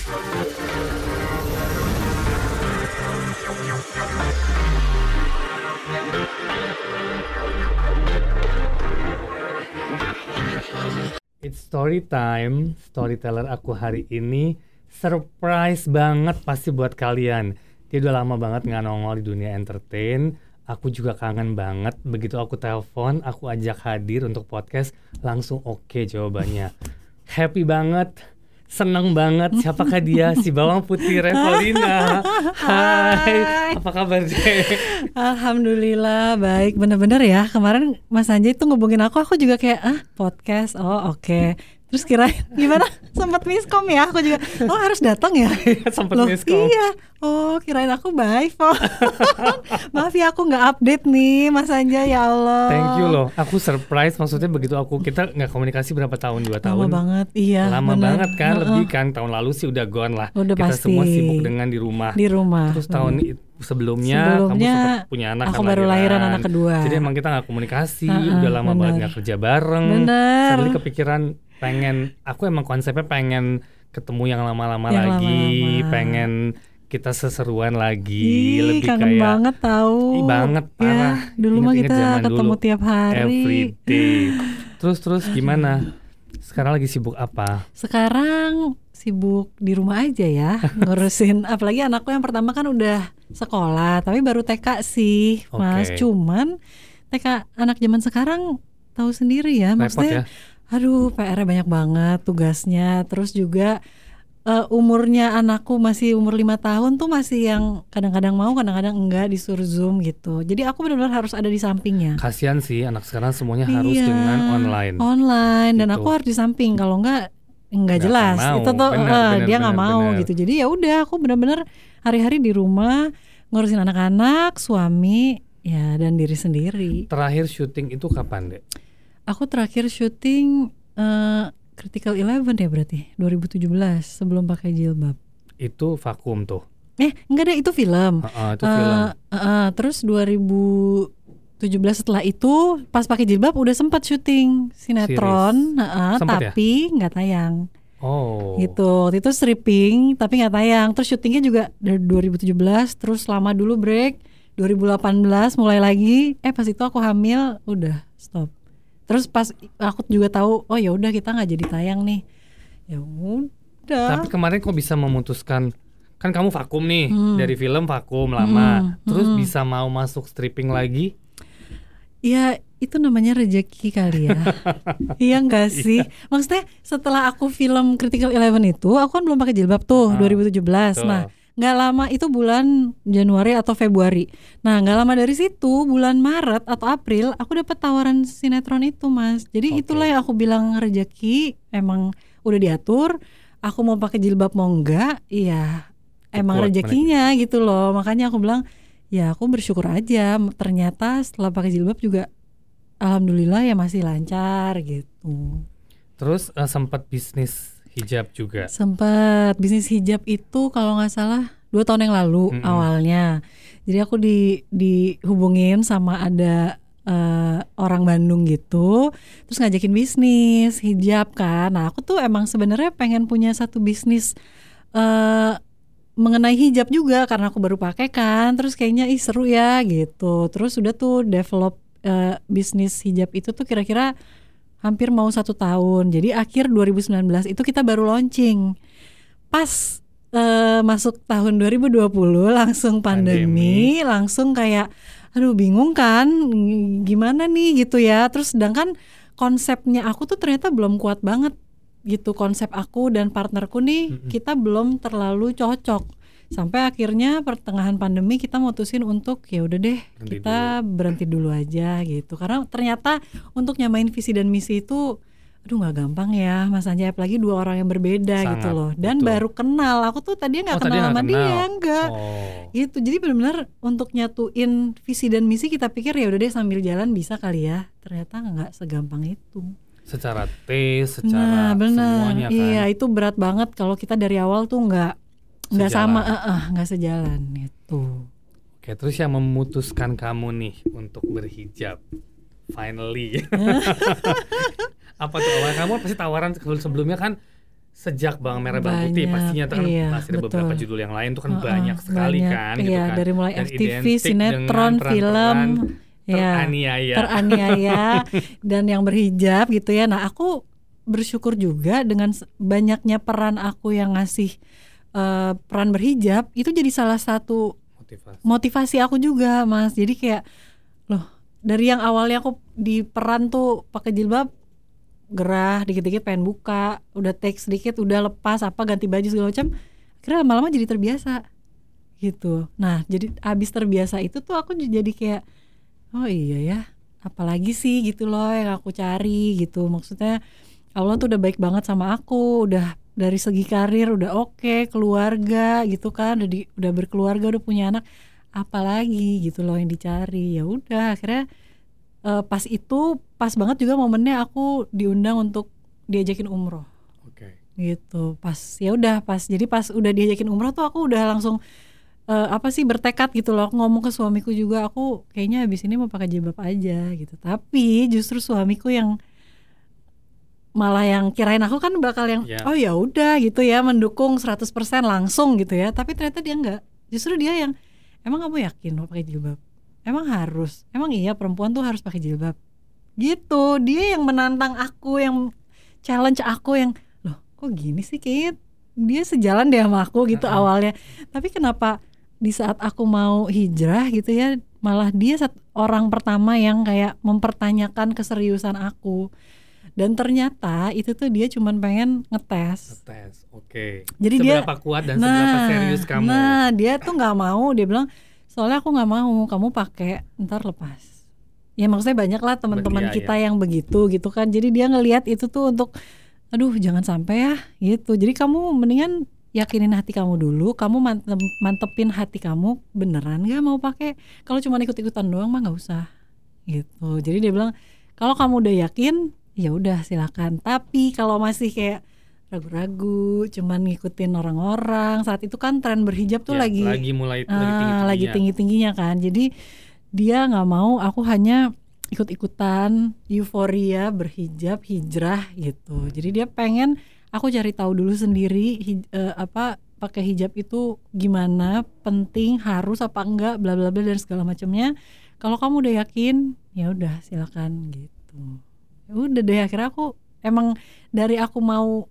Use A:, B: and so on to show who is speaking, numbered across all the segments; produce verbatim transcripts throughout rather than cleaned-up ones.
A: It's story time. Storyteller aku hari ini surprise banget pasti buat kalian. Dia udah lama banget gak nongol di dunia entertain. Aku juga kangen banget. Begitu aku telepon, aku ajak hadir untuk podcast, langsung oke okay jawabannya. Happy banget, seneng banget. Siapakah dia? Si Bawang Putih Revolina. Hai, apa kabar deh?
B: Alhamdulillah baik, bener-bener ya. Kemarin Mas Anjay tuh ngubungin aku, aku juga kayak ah podcast, oh oke. Okay. Terus kirain gimana? Sempat miskom ya, aku juga. Oh harus datang ya?
A: Sempat miskom.
B: Iya. Oh kirain aku baik kok. Maaf ya aku nggak update nih Mas Anjay, ya Allah.
A: Thank you loh. Aku surprise, maksudnya begitu aku kita nggak komunikasi berapa tahun, dua tahun.
B: Lama banget, iya.
A: Lama
B: bener.
A: banget kan,
B: uh-uh.
A: lebih kan tahun lalu sih udah gone lah.
B: Udah
A: kita
B: pasti.
A: semua sibuk dengan di rumah.
B: Di rumah.
A: Terus tahun
B: hmm.
A: sebelumnya,
B: sebelumnya
A: kamu sempat punya anak
B: aku
A: kan,
B: baru
A: lahiran.
B: lahiran anak kedua.
A: Jadi emang kita nggak komunikasi,
B: uh-uh,
A: udah lama
B: bener.
A: banget nggak kerja bareng.
B: Bener.
A: Sudahly kepikiran pengen, aku emang konsepnya pengen ketemu yang lama-lama
B: yang
A: lagi,
B: lama-lama.
A: pengen kita seseruan lagi.
B: Ih,
A: lebih
B: kangen
A: kayak
B: banget tahu.
A: Ih, banget parah.
B: Ya, dulu mah kita ketemu tiap hari.
A: Every day. Terus terus gimana? Sekarang lagi sibuk apa?
B: Sekarang sibuk di rumah aja ya, ngurusin. Apalagi anakku yang pertama kan udah sekolah, tapi baru T K sih, Mas.
A: Okay.
B: Cuman T K anak zaman sekarang tahu sendiri ya, maksudnya.
A: Ya?
B: Aduh, P R-nya banyak banget tugasnya. Terus juga uh, umurnya anakku masih umur lima tahun tuh masih yang kadang-kadang mau, kadang-kadang enggak, disuruh Zoom gitu. Jadi aku benar-benar harus ada di sampingnya.
A: Kasian sih anak sekarang semuanya
B: iya,
A: harus dengan online.
B: Online dan
A: gitu.
B: aku harus di samping. Kalau enggak enggak jelas.
A: Mau.
B: Itu tuh
A: bener,
B: uh,
A: bener,
B: dia enggak
A: bener,
B: mau
A: bener.
B: gitu. Jadi ya udah aku benar-benar hari-hari di rumah ngurusin anak-anak, suami, ya dan diri sendiri.
A: Terakhir syuting itu kapan, Dek?
B: Aku terakhir syuting uh, Critical Eleven ya berarti dua ribu tujuh belas sebelum pakai jilbab.
A: Itu vakum tuh.
B: Eh enggak deh, itu film.
A: Uh-uh, itu
B: uh,
A: film.
B: Uh, uh, terus dua ribu tujuh belas setelah itu pas pakai jilbab udah sempat syuting sinetron, uh, uh, tapi nggak ya? tayang.
A: Oh.
B: Gitu. Waktu itu stripping tapi nggak tayang. Terus syutingnya juga dari dua ribu tujuh belas, terus lama dulu break. dua ribu delapan belas mulai lagi. Eh pas itu aku hamil, udah stop. Terus pas aku juga tahu, oh ya udah kita nggak jadi tayang nih. Ya udah.
A: Tapi kemarin kok bisa memutuskan, kan kamu vakum nih,
B: hmm.
A: dari film vakum lama,
B: hmm.
A: terus
B: hmm.
A: bisa mau masuk stripping lagi?
B: Ya itu namanya rezeki kali ya. Iya nggak sih? Maksudnya setelah aku film Critical Eleven itu, aku kan belum pakai jilbab tuh, ah, dua ribu tujuh belas. Tuh. Nah nggak lama itu bulan Januari atau Februari. Nah nggak lama dari situ bulan Maret atau April aku dapat tawaran sinetron itu, Mas. Jadi okay. itulah yang aku bilang rezeki, emang udah diatur. Aku mau pakai jilbab mau enggak, iya emang rezekinya gitu loh. Makanya aku bilang ya aku bersyukur aja. Ternyata setelah pakai jilbab juga alhamdulillah ya masih lancar gitu.
A: Terus uh, sempat bisnis hijab juga.
B: Sempat bisnis hijab itu kalau nggak salah dua tahun yang lalu mm-hmm. awalnya. Jadi aku di dihubungin sama ada uh, orang Bandung gitu, terus ngajakin bisnis hijab kan. Nah aku tuh emang sebenarnya pengen punya satu bisnis uh, mengenai hijab juga karena aku baru pakai kan. Terus kayaknya ih seru ya gitu. Terus udah tuh develop uh, bisnis hijab itu tuh kira-kira hampir mau satu tahun. Jadi akhir dua ribu sembilan belas itu kita baru launching. Pas uh, masuk tahun dua ribu dua puluh langsung pandemi, pandemi, langsung kayak aduh bingung kan gimana nih gitu ya. Terus sedangkan konsepnya aku tuh ternyata belum kuat banget gitu. Konsep aku dan partnerku nih mm-hmm. kita belum terlalu cocok. Sampai akhirnya pertengahan pandemi kita mutusin untuk ya udah deh berhenti kita dulu. berhenti dulu aja gitu. Karena ternyata untuk nyamain visi dan misi itu aduh nggak gampang ya Mas Anjay, apalagi dua orang yang berbeda. Sangat, gitu loh. Dan betul. Baru kenal. Aku tuh tadinya nggak oh, kenal sama kenal. dia enggak. Oh. Gitu. Jadi benar-benar untuk nyatuin visi dan misi kita pikir ya udah deh sambil jalan bisa kali ya. Ternyata nggak segampang itu.
A: Secara taste, secara nah, semuanya kan.
B: Iya, itu berat banget kalau kita dari awal tuh nggak nggak sama, nggak uh, uh, sejalan itu.
A: Oke, terus yang memutuskan kamu nih untuk berhijab, finally, apa tuh awal kamu pasti tawaran sebelumnya kan Sejak Bawang Merah Bawang Putih
B: Banyak,
A: pastinya kan
B: iya,
A: masih ada beberapa
B: betul.
A: judul yang lain tuh kan
B: Heeh,
A: banyak sekali
B: banyak,
A: kan gitu
B: iya,
A: kan.
B: dari mulai
A: Dan
B: F T V,
A: identik
B: sinetron,
A: dengan
B: film,
A: peran-peran
B: ya,
A: teraniaya.
B: teraniaya dan yang berhijab gitu ya. Nah, aku bersyukur juga dengan s- banyaknya peran aku yang ngasih eh, peran berhijab itu jadi salah satu
A: Motivasi.
B: motivasi aku juga, Mas. Jadi kayak loh, dari yang awalnya aku di peran tuh pakai jilbab, gerah, dikit-dikit pengen buka, udah take sedikit, udah lepas apa ganti baju segala macam, akhirnya lama-lama jadi terbiasa gitu. Nah, jadi abis terbiasa itu tuh aku j- jadi kayak oh iya ya, apalagi sih gitu loh yang aku cari gitu. Maksudnya Allah tuh udah baik banget sama aku, udah dari segi karir udah oke, keluarga gitu kan, udah di, udah berkeluarga, udah punya anak, apalagi gitu loh yang dicari. Ya udah akhirnya eh, pas itu pas banget juga momennya aku diundang untuk diajakin umroh
A: Oke.
B: gitu. Pas ya udah pas jadi pas udah diajakin umroh tuh aku udah langsung eh, apa sih bertekad gitu loh. Aku ngomong ke suamiku juga, aku kayaknya habis ini mau pakai jilbab aja gitu. Tapi justru suamiku yang malah yang kirain aku kan bakal yang
A: Ya.
B: oh ya udah gitu ya, mendukung seratus persen langsung gitu ya. Tapi ternyata dia enggak. Justru dia yang emang kamu yakin mau pakai jilbab? Emang harus? Emang iya perempuan tuh harus pakai jilbab? Gitu. Dia yang menantang aku, yang challenge aku, yang loh kok gini sih, kayaknya dia sejalan deh sama aku gitu
A: Uh-uh.
B: awalnya. Tapi kenapa di saat aku mau hijrah gitu ya, malah dia sat- orang pertama yang kayak mempertanyakan keseriusan aku. Dan ternyata itu tuh dia cuman pengen ngetes.
A: Tes. Oke.
B: Jadi dia
A: Seberapa kuat dan seberapa
B: nah,
A: serius kamu?
B: nah dia tuh nggak mau, dia bilang soalnya aku nggak mau kamu pakai ntar lepas. Ya maksudnya banyak lah teman-teman
A: Iya,
B: kita
A: iya.
B: yang begitu gitu kan. Jadi dia ngelihat itu tuh untuk aduh jangan sampai ya gitu. Jadi kamu mendingan yakinin hati kamu dulu, kamu mantep, mantepin hati kamu beneran nggak mau pakai. Kalau cuma ikut-ikutan doang mah nggak usah gitu. Jadi dia bilang kalau kamu udah yakin ya udah silakan. Tapi kalau masih kayak ragu-ragu, cuman ngikutin orang-orang, saat itu kan tren berhijab tuh
A: Ya,
B: lagi
A: lagi mulai lagi
B: ah,
A: tinggi-tingginya.
B: lagi tinggi-tingginya kan. Jadi dia nggak mau aku hanya ikut-ikutan euforia berhijab hijrah gitu. Jadi dia pengen aku cari tahu dulu sendiri hij- eh, apa pakai hijab itu gimana, penting, harus apa enggak, bla bla bla dan segala macamnya. Kalau kamu udah yakin, ya udah silakan gitu. Ya udah deh akhirnya aku emang dari aku mau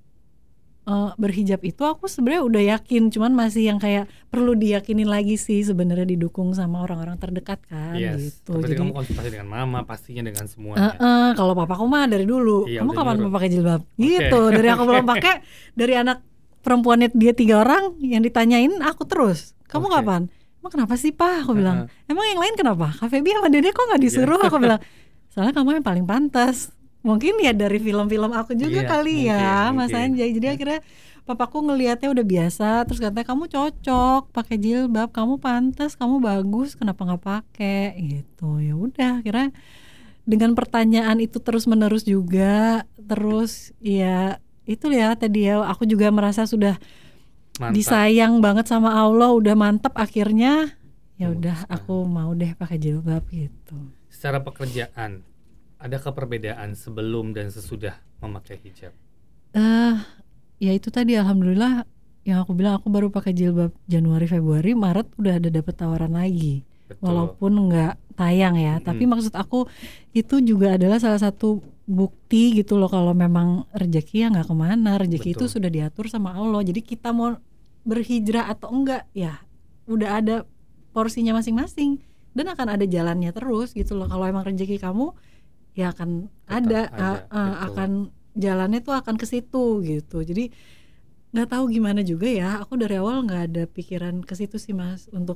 B: uh, berhijab itu aku sebenarnya udah yakin, cuman masih yang kayak perlu diyakinin lagi sih sebenarnya, didukung sama orang-orang terdekat kan
A: Yes.
B: gitu.
A: Berarti
B: Jadi
A: kamu konsultasi dengan mama, pastinya dengan
B: uh,
A: semuanya.
B: uh, kalau papaku mah dari dulu,
A: Iya,
B: kamu
A: udah
B: kapan
A: nyuruh.
B: mau pakai jilbab? Gitu. Dari aku belum pakai, dari anak perempuannya dia tiga orang yang ditanyain aku terus. Kamu
A: Oke.
B: kapan? Emang kenapa sih Pak? Aku bilang.
A: Uh-uh.
B: Emang yang lain kenapa? Kak Feby sama Dede kok nggak disuruh?
A: Iya.
B: Aku bilang. Soalnya kamu yang paling pantas. Mungkin ya dari film-film aku juga
A: Iya,
B: kali ya,
A: mungkin,
B: Mas
A: mungkin.
B: Anjay. Jadi akhirnya papaku ngelihatnya udah biasa, terus katanya kamu cocok pakai jilbab, kamu pantas, kamu bagus, kenapa nggak pakai? Gitu. Ya udah, akhirnya dengan pertanyaan itu terus menerus juga, terus ya itu ya tadi ya, aku juga merasa sudah
A: Mantap.
B: disayang banget sama Allah, udah mantap akhirnya. Ya udah,
A: Memutuskan.
B: aku mau deh pakai jilbab gitu.
A: Secara pekerjaan, adakah perbedaan sebelum dan sesudah memakai hijab?
B: Eh, ya itu tadi alhamdulillah yang aku bilang, aku baru pakai jilbab Januari, Februari, Maret udah ada dapet tawaran lagi.
A: Betul.
B: Walaupun nggak tayang ya,
A: Mm-mm.
B: tapi maksud aku itu juga adalah salah satu bukti gitu loh, kalau memang rezeki ya nggak kemana, rezeki itu
A: Betul.
B: sudah diatur sama Allah. Jadi kita mau berhijrah atau enggak ya udah ada porsinya masing-masing dan akan ada jalannya terus gitu loh. Kalau emang rezeki kamu ya akan
A: Tetap
B: ada,
A: ada,
B: uh, uh,
A: betul.
B: akan jalannya tuh akan ke situ gitu. Jadi nggak tahu gimana juga ya, aku dari awal nggak ada pikiran ke situ sih Mas, untuk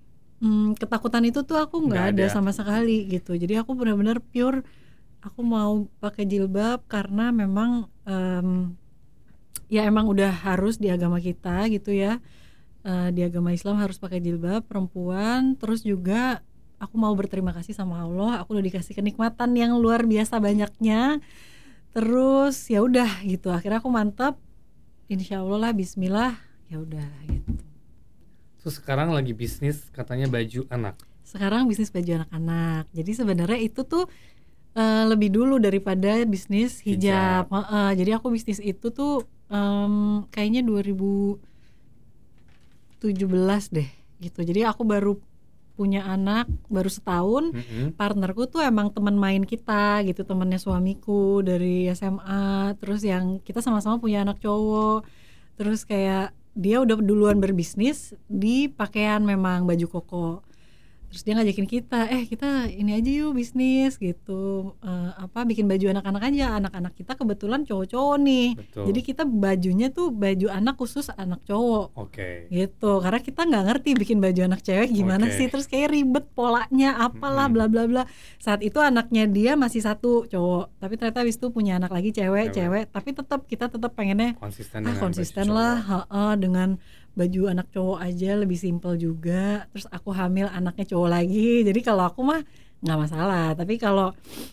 B: hmm, ketakutan itu tuh aku nggak
A: Nggak
B: ada
A: ada.
B: sama sekali gitu. Jadi aku benar-benar pure aku mau pakai jilbab karena memang em, ya emang udah harus di agama kita gitu ya. Eh, di agama Islam harus pakai jilbab perempuan. Terus juga aku mau berterima kasih sama Allah, aku udah dikasih kenikmatan yang luar biasa banyaknya. Terus ya udah gitu, akhirnya aku mantap, insya Allah lah, Bismillah, ya udah gitu.
A: Terus sekarang lagi bisnis katanya baju anak.
B: Sekarang bisnis baju anak-anak. Jadi sebenarnya itu tuh eh, lebih dulu daripada bisnis hijab.
A: Hijab.
B: Heeh, jadi aku bisnis itu tuh um, kayaknya dua ribu tujuh belas deh gitu. Jadi aku baru punya anak baru setahun. Mm-hmm. Partnerku tuh emang teman main kita gitu, temannya suamiku dari S M A. Terus yang kita sama-sama punya anak cowok. Terus kayak dia udah duluan berbisnis di pakaian, memang baju koko. Terus dia ngajakin kita, eh kita ini aja yuk bisnis gitu, uh, apa bikin baju anak-anak aja. Anak-anak kita kebetulan cowok-cowok nih. Betul. Jadi kita bajunya tuh baju anak khusus anak cowok. Oke. Okay. Gitu, karena kita nggak ngerti bikin baju anak cewek gimana okay. sih. Terus kayak ribet polanya, apalah bla bla bla. Saat itu anaknya dia masih satu cowok, tapi ternyata habis itu punya anak lagi cewek, cewek. cewek. Tapi tetap kita tetap pengennya konsisten, ah, konsisten lah, ha-ha, dengan baju anak cowok aja lebih simpel juga. Terus aku hamil anaknya cowok lagi, jadi kalau aku mah nggak masalah. Tapi kalau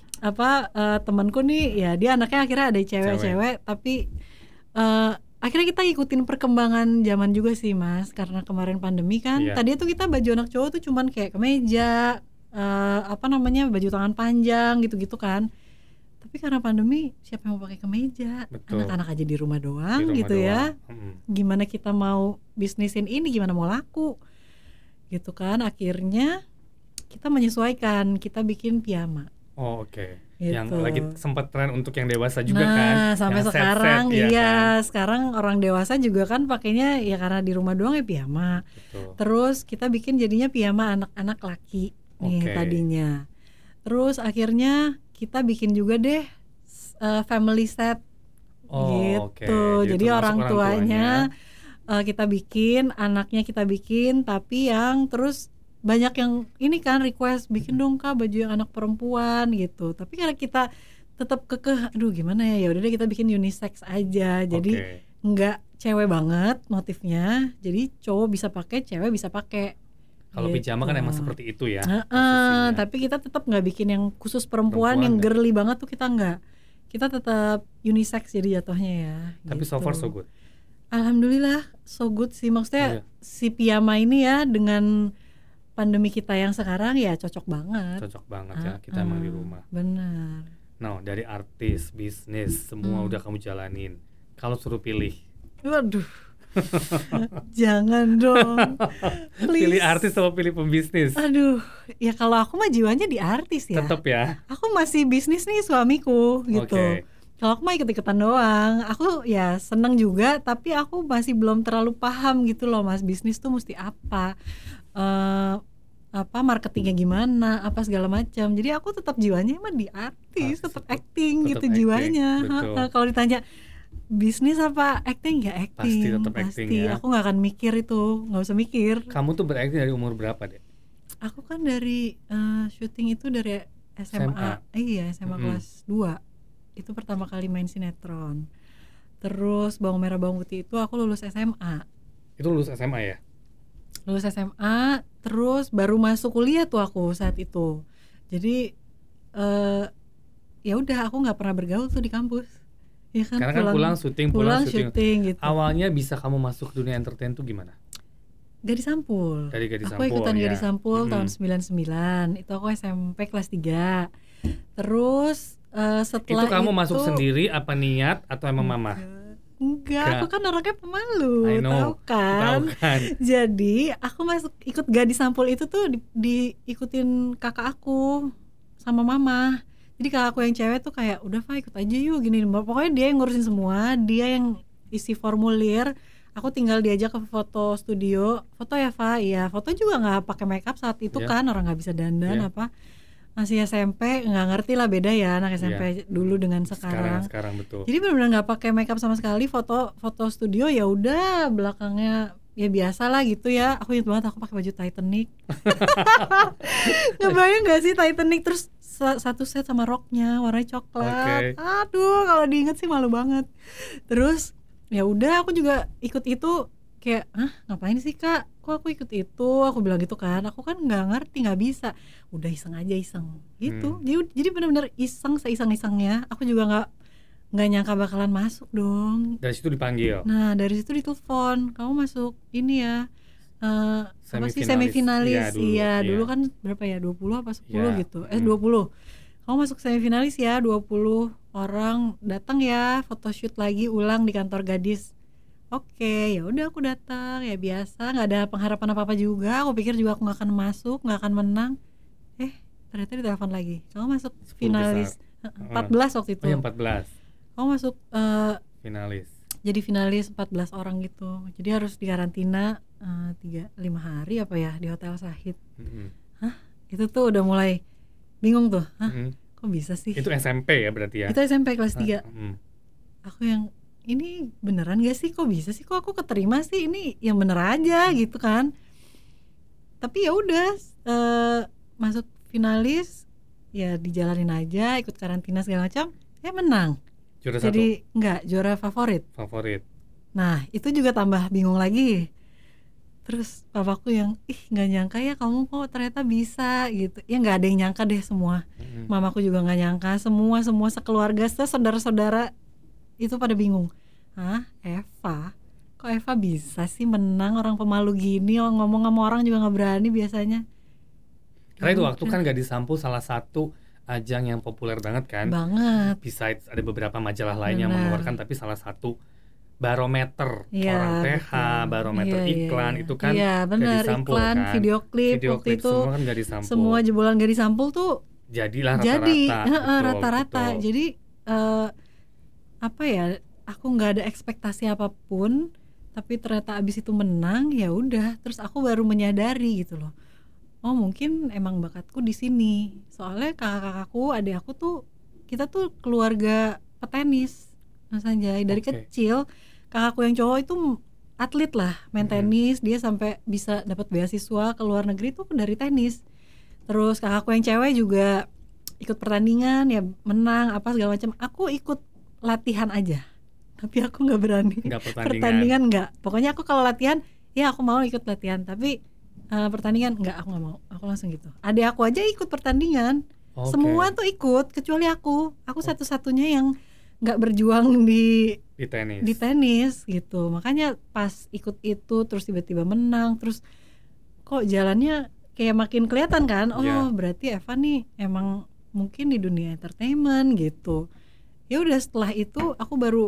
B: apa uh, temanku nih ya dia anaknya akhirnya ada cewek-cewek, tapi uh, akhirnya kita ikutin perkembangan zaman juga sih Mas, karena kemarin pandemi kan. Iya. Tadi tuh kita baju anak cowok tuh cuman kayak kemeja, uh, apa namanya baju tangan panjang gitu-gitu kan. Tapi karena pandemi siapa yang mau pakai kemeja? Betul. Anak-anak aja di rumah doang di rumah gitu doang. Ya. Hmm. Gimana kita mau bisnisin ini, gimana mau laku? Gitu kan. Akhirnya kita menyesuaikan, kita bikin piyama.
A: Oh, oke. Okay. Gitu. Yang lagi sempat tren untuk yang dewasa juga
B: nah,
A: kan.
B: Nah, sampai
A: yang
B: sekarang
A: set-set, iya
B: iya,
A: kan?
B: Sekarang orang dewasa juga kan pakainya ya karena di rumah doang ya piyama. Betul. Terus kita bikin jadinya piyama anak-anak laki nih okay. tadinya. Terus akhirnya kita bikin juga deh uh, family set oh, gitu. Okay. Jadi, Jadi orang tuanya, orang tuanya uh, kita bikin, anaknya kita bikin, tapi yang terus banyak yang ini kan request bikin dong Kak baju yang anak perempuan gitu. Tapi karena kita tetap kekeh, aduh gimana ya, ya udah deh kita bikin unisex aja. Jadi okay. nggak cewek banget motifnya. Jadi cowok bisa pakai, cewek bisa pakai.
A: Kalau gitu. Pijama kan emang seperti itu ya.
B: Uh, uh, tapi kita tetap nggak bikin yang khusus perempuan, perempuan yang girly banget tuh kita nggak. Kita tetap unisex jadi jatuhnya ya.
A: Tapi gitu. So far so good.
B: Alhamdulillah so good sih. Maksudnya oh, iya. si piyama ini ya dengan pandemi kita yang sekarang ya cocok banget.
A: Cocok banget uh, ya kita uh, emang di rumah.
B: Benar.
A: Nah dari artis, bisnis semua hmm. udah kamu jalanin. Kalau suruh pilih.
B: Waduh. Jangan dong.
A: Pilih artis atau pilih pembisnis?
B: Aduh, ya kalau aku mah jiwanya di artis ya.
A: Tetap ya.
B: Aku masih bisnis nih suamiku gitu. Okay. Kalau aku mah ikut-ikutan doang. Aku ya seneng juga, tapi aku masih belum terlalu paham gitu loh Mas, bisnis tuh mesti apa, uh, apa marketingnya gimana, apa segala macam. Jadi aku tetap jiwanya emang di artis, ah, tetap acting gitu acting, jiwanya. Kalau ditanya bisnis apa acting, ya acting pasti tetap acting pasti. Ya aku nggak akan mikir itu, nggak usah mikir.
A: Kamu tuh berakting dari umur berapa deh?
B: Aku kan dari uh, syuting itu dari S M A, S M A. Eh, iya S M A mm-hmm. kelas dua itu pertama kali main sinetron. Terus Bawang Merah Bawang Putih itu aku lulus S M A.
A: Itu lulus S M A ya?
B: Lulus S M A, terus baru masuk kuliah tuh aku saat itu. Jadi uh, ya udah aku nggak pernah bergaul tuh di kampus. Ya kan,
A: karena pulang, kan pulang syuting, pulang,
B: pulang
A: syuting.
B: syuting gitu.
A: Awalnya bisa kamu masuk dunia entertain tuh gimana?
B: Gadis Sampul.
A: Dari Gadis
B: aku
A: Sampul. Aku
B: ikutan
A: ya.
B: Gadis Sampul hmm. tahun sembilan puluh sembilan. Itu aku S M P kelas tiga. Terus uh, setelah
A: itu kamu
B: itu,
A: masuk sendiri apa niat atau emang mama?
B: Enggak, enggak. Aku kan orangnya pemalu,
A: I know,
B: tahu kan?
A: tahu kan.
B: Jadi aku masuk ikut Gadis Sampul itu tuh di, diikutin kakak aku sama mama. Jadi kakak aku yang cewek tuh kayak udah Fa ikut aja yuk gini. Pokoknya dia yang ngurusin semua, dia yang isi formulir. Aku tinggal diajak ke foto studio. Foto ya Fa, iya. Foto juga nggak pakai makeup saat itu yeah. kan, orang nggak bisa dandan yeah. apa. Masih S M P, nggak ngerti lah beda ya anak S M P yeah. dulu dengan sekarang.
A: Sekarang, sekarang betul.
B: Jadi benar-benar nggak pakai makeup sama sekali. Foto foto studio ya udah belakangnya ya biasa lah gitu ya. Aku ingat banget aku pakai baju Titanic. Ngebayang nggak sih Titanic terus satu set sama roknya warnanya coklat. Okay. Aduh, kalau diinget sih malu banget. Terus ya udah aku juga ikut itu kayak, "Hah, ngapain sih Kak? Kok aku ikut itu?" Aku bilang gitu kan. Aku kan enggak ngerti, enggak bisa. Udah iseng aja iseng. Gitu. Hmm. Jadi jadi benar-benar iseng seiseng-isengnya. Aku juga enggak enggak nyangka bakalan masuk dong.
A: Dari situ dipanggil.
B: Nah, dari situ ditelepon, "Kamu masuk ini ya." Uh, apa sih semifinalis, iya dulu, iya, dulu kan berapa ya dua puluh apa sepuluh yeah. gitu, eh hmm. dua puluh kamu masuk semifinalis ya, dua puluh orang datang ya, photoshoot lagi ulang di kantor Gadis. Oke, ya udah aku datang, ya biasa, nggak ada pengharapan apa apa juga. Aku pikir juga aku nggak akan masuk, nggak akan menang. Eh ternyata ditelepon lagi, kamu masuk finalis empat belas waktu itu.
A: Oh yang empat belas.
B: Kamu masuk uh,
A: finalis.
B: Jadi finalis empat belas orang gitu. Jadi harus dikarantina uh, tiga lima hari apa ya di Hotel Sahid. Mm-hmm. Hah? Itu tuh udah mulai bingung tuh. Hah? Mm-hmm. Kok bisa sih?
A: Itu S M P ya berarti ya?
B: Itu S M P kelas tiga.
A: Mm-hmm.
B: Aku yang ini beneran gak sih? Kok bisa sih? Kok aku keterima sih? Ini yang bener aja gitu kan. Tapi ya udah uh, masuk finalis ya dijalanin aja, ikut karantina segala macam. Eh menang.
A: Juara
B: Jadi
A: satu.
B: enggak, juara favorit.
A: Favorit.
B: Nah itu juga tambah bingung lagi. Terus papaku yang ih nggak nyangka ya kamu kok ternyata bisa gitu. Ya nggak ada yang nyangka deh semua. Mm-hmm. Mamaku juga nggak nyangka. Semua semua sekeluarga, saudara-saudara itu pada bingung. Hah, Eva? Kok Eva bisa sih menang, orang pemalu gini, oh, ngomong sama orang juga nggak berani biasanya.
A: Karena itu waktu kan Gadis Sampul salah satu ajang yang populer banget kan.
B: Banget.
A: Besides ada beberapa majalah lain yang mengeluarkan, tapi salah satu barometer
B: ya,
A: orang T H, betul. Barometer
B: ya,
A: iklan
B: ya.
A: itu kan
B: ya, benar,
A: Gadis Sampul
B: iklan,
A: kan.
B: video klip,
A: video
B: waktu
A: klip
B: itu
A: semua kan Gadis Sampul.
B: Semua jebolan Gadis Sampul tuh
A: jadilah
B: jadi,
A: rata-rata.
B: Jadi
A: betul,
B: rata-rata.
A: betul.
B: Jadi uh, apa ya? Aku nggak ada ekspektasi apapun, tapi ternyata abis itu menang, ya udah. Terus aku baru menyadari gitu loh. Oh mungkin emang bakatku di sini. Soalnya kakak-kakakku, adik aku tuh kita tuh keluarga petenis, Mas Anjay. Dari okay. kecil kakakku yang cowok itu atlet lah, main mm-hmm. tenis. Dia sampai bisa dapat beasiswa ke luar negeri tuh dari tenis. Terus kakakku yang cewek juga ikut pertandingan, ya menang apa segala macam. Aku ikut latihan aja, tapi aku nggak berani.
A: Nggak pertandingan.
B: Pertandingan nggak. Pokoknya aku kalau latihan, ya aku mau ikut latihan. Tapi Uh, pertandingan enggak, aku nggak mau, aku langsung gitu. Adik aku aja ikut pertandingan, okay. Semua tuh ikut kecuali aku. Aku oh. satu-satunya yang nggak berjuang di
A: di tenis.
B: di tenis gitu. Makanya pas ikut itu terus tiba-tiba menang, terus kok jalannya kayak makin kelihatan kan. Oh yeah. Berarti Eva nih emang mungkin di dunia entertainment gitu. Ya udah setelah itu aku baru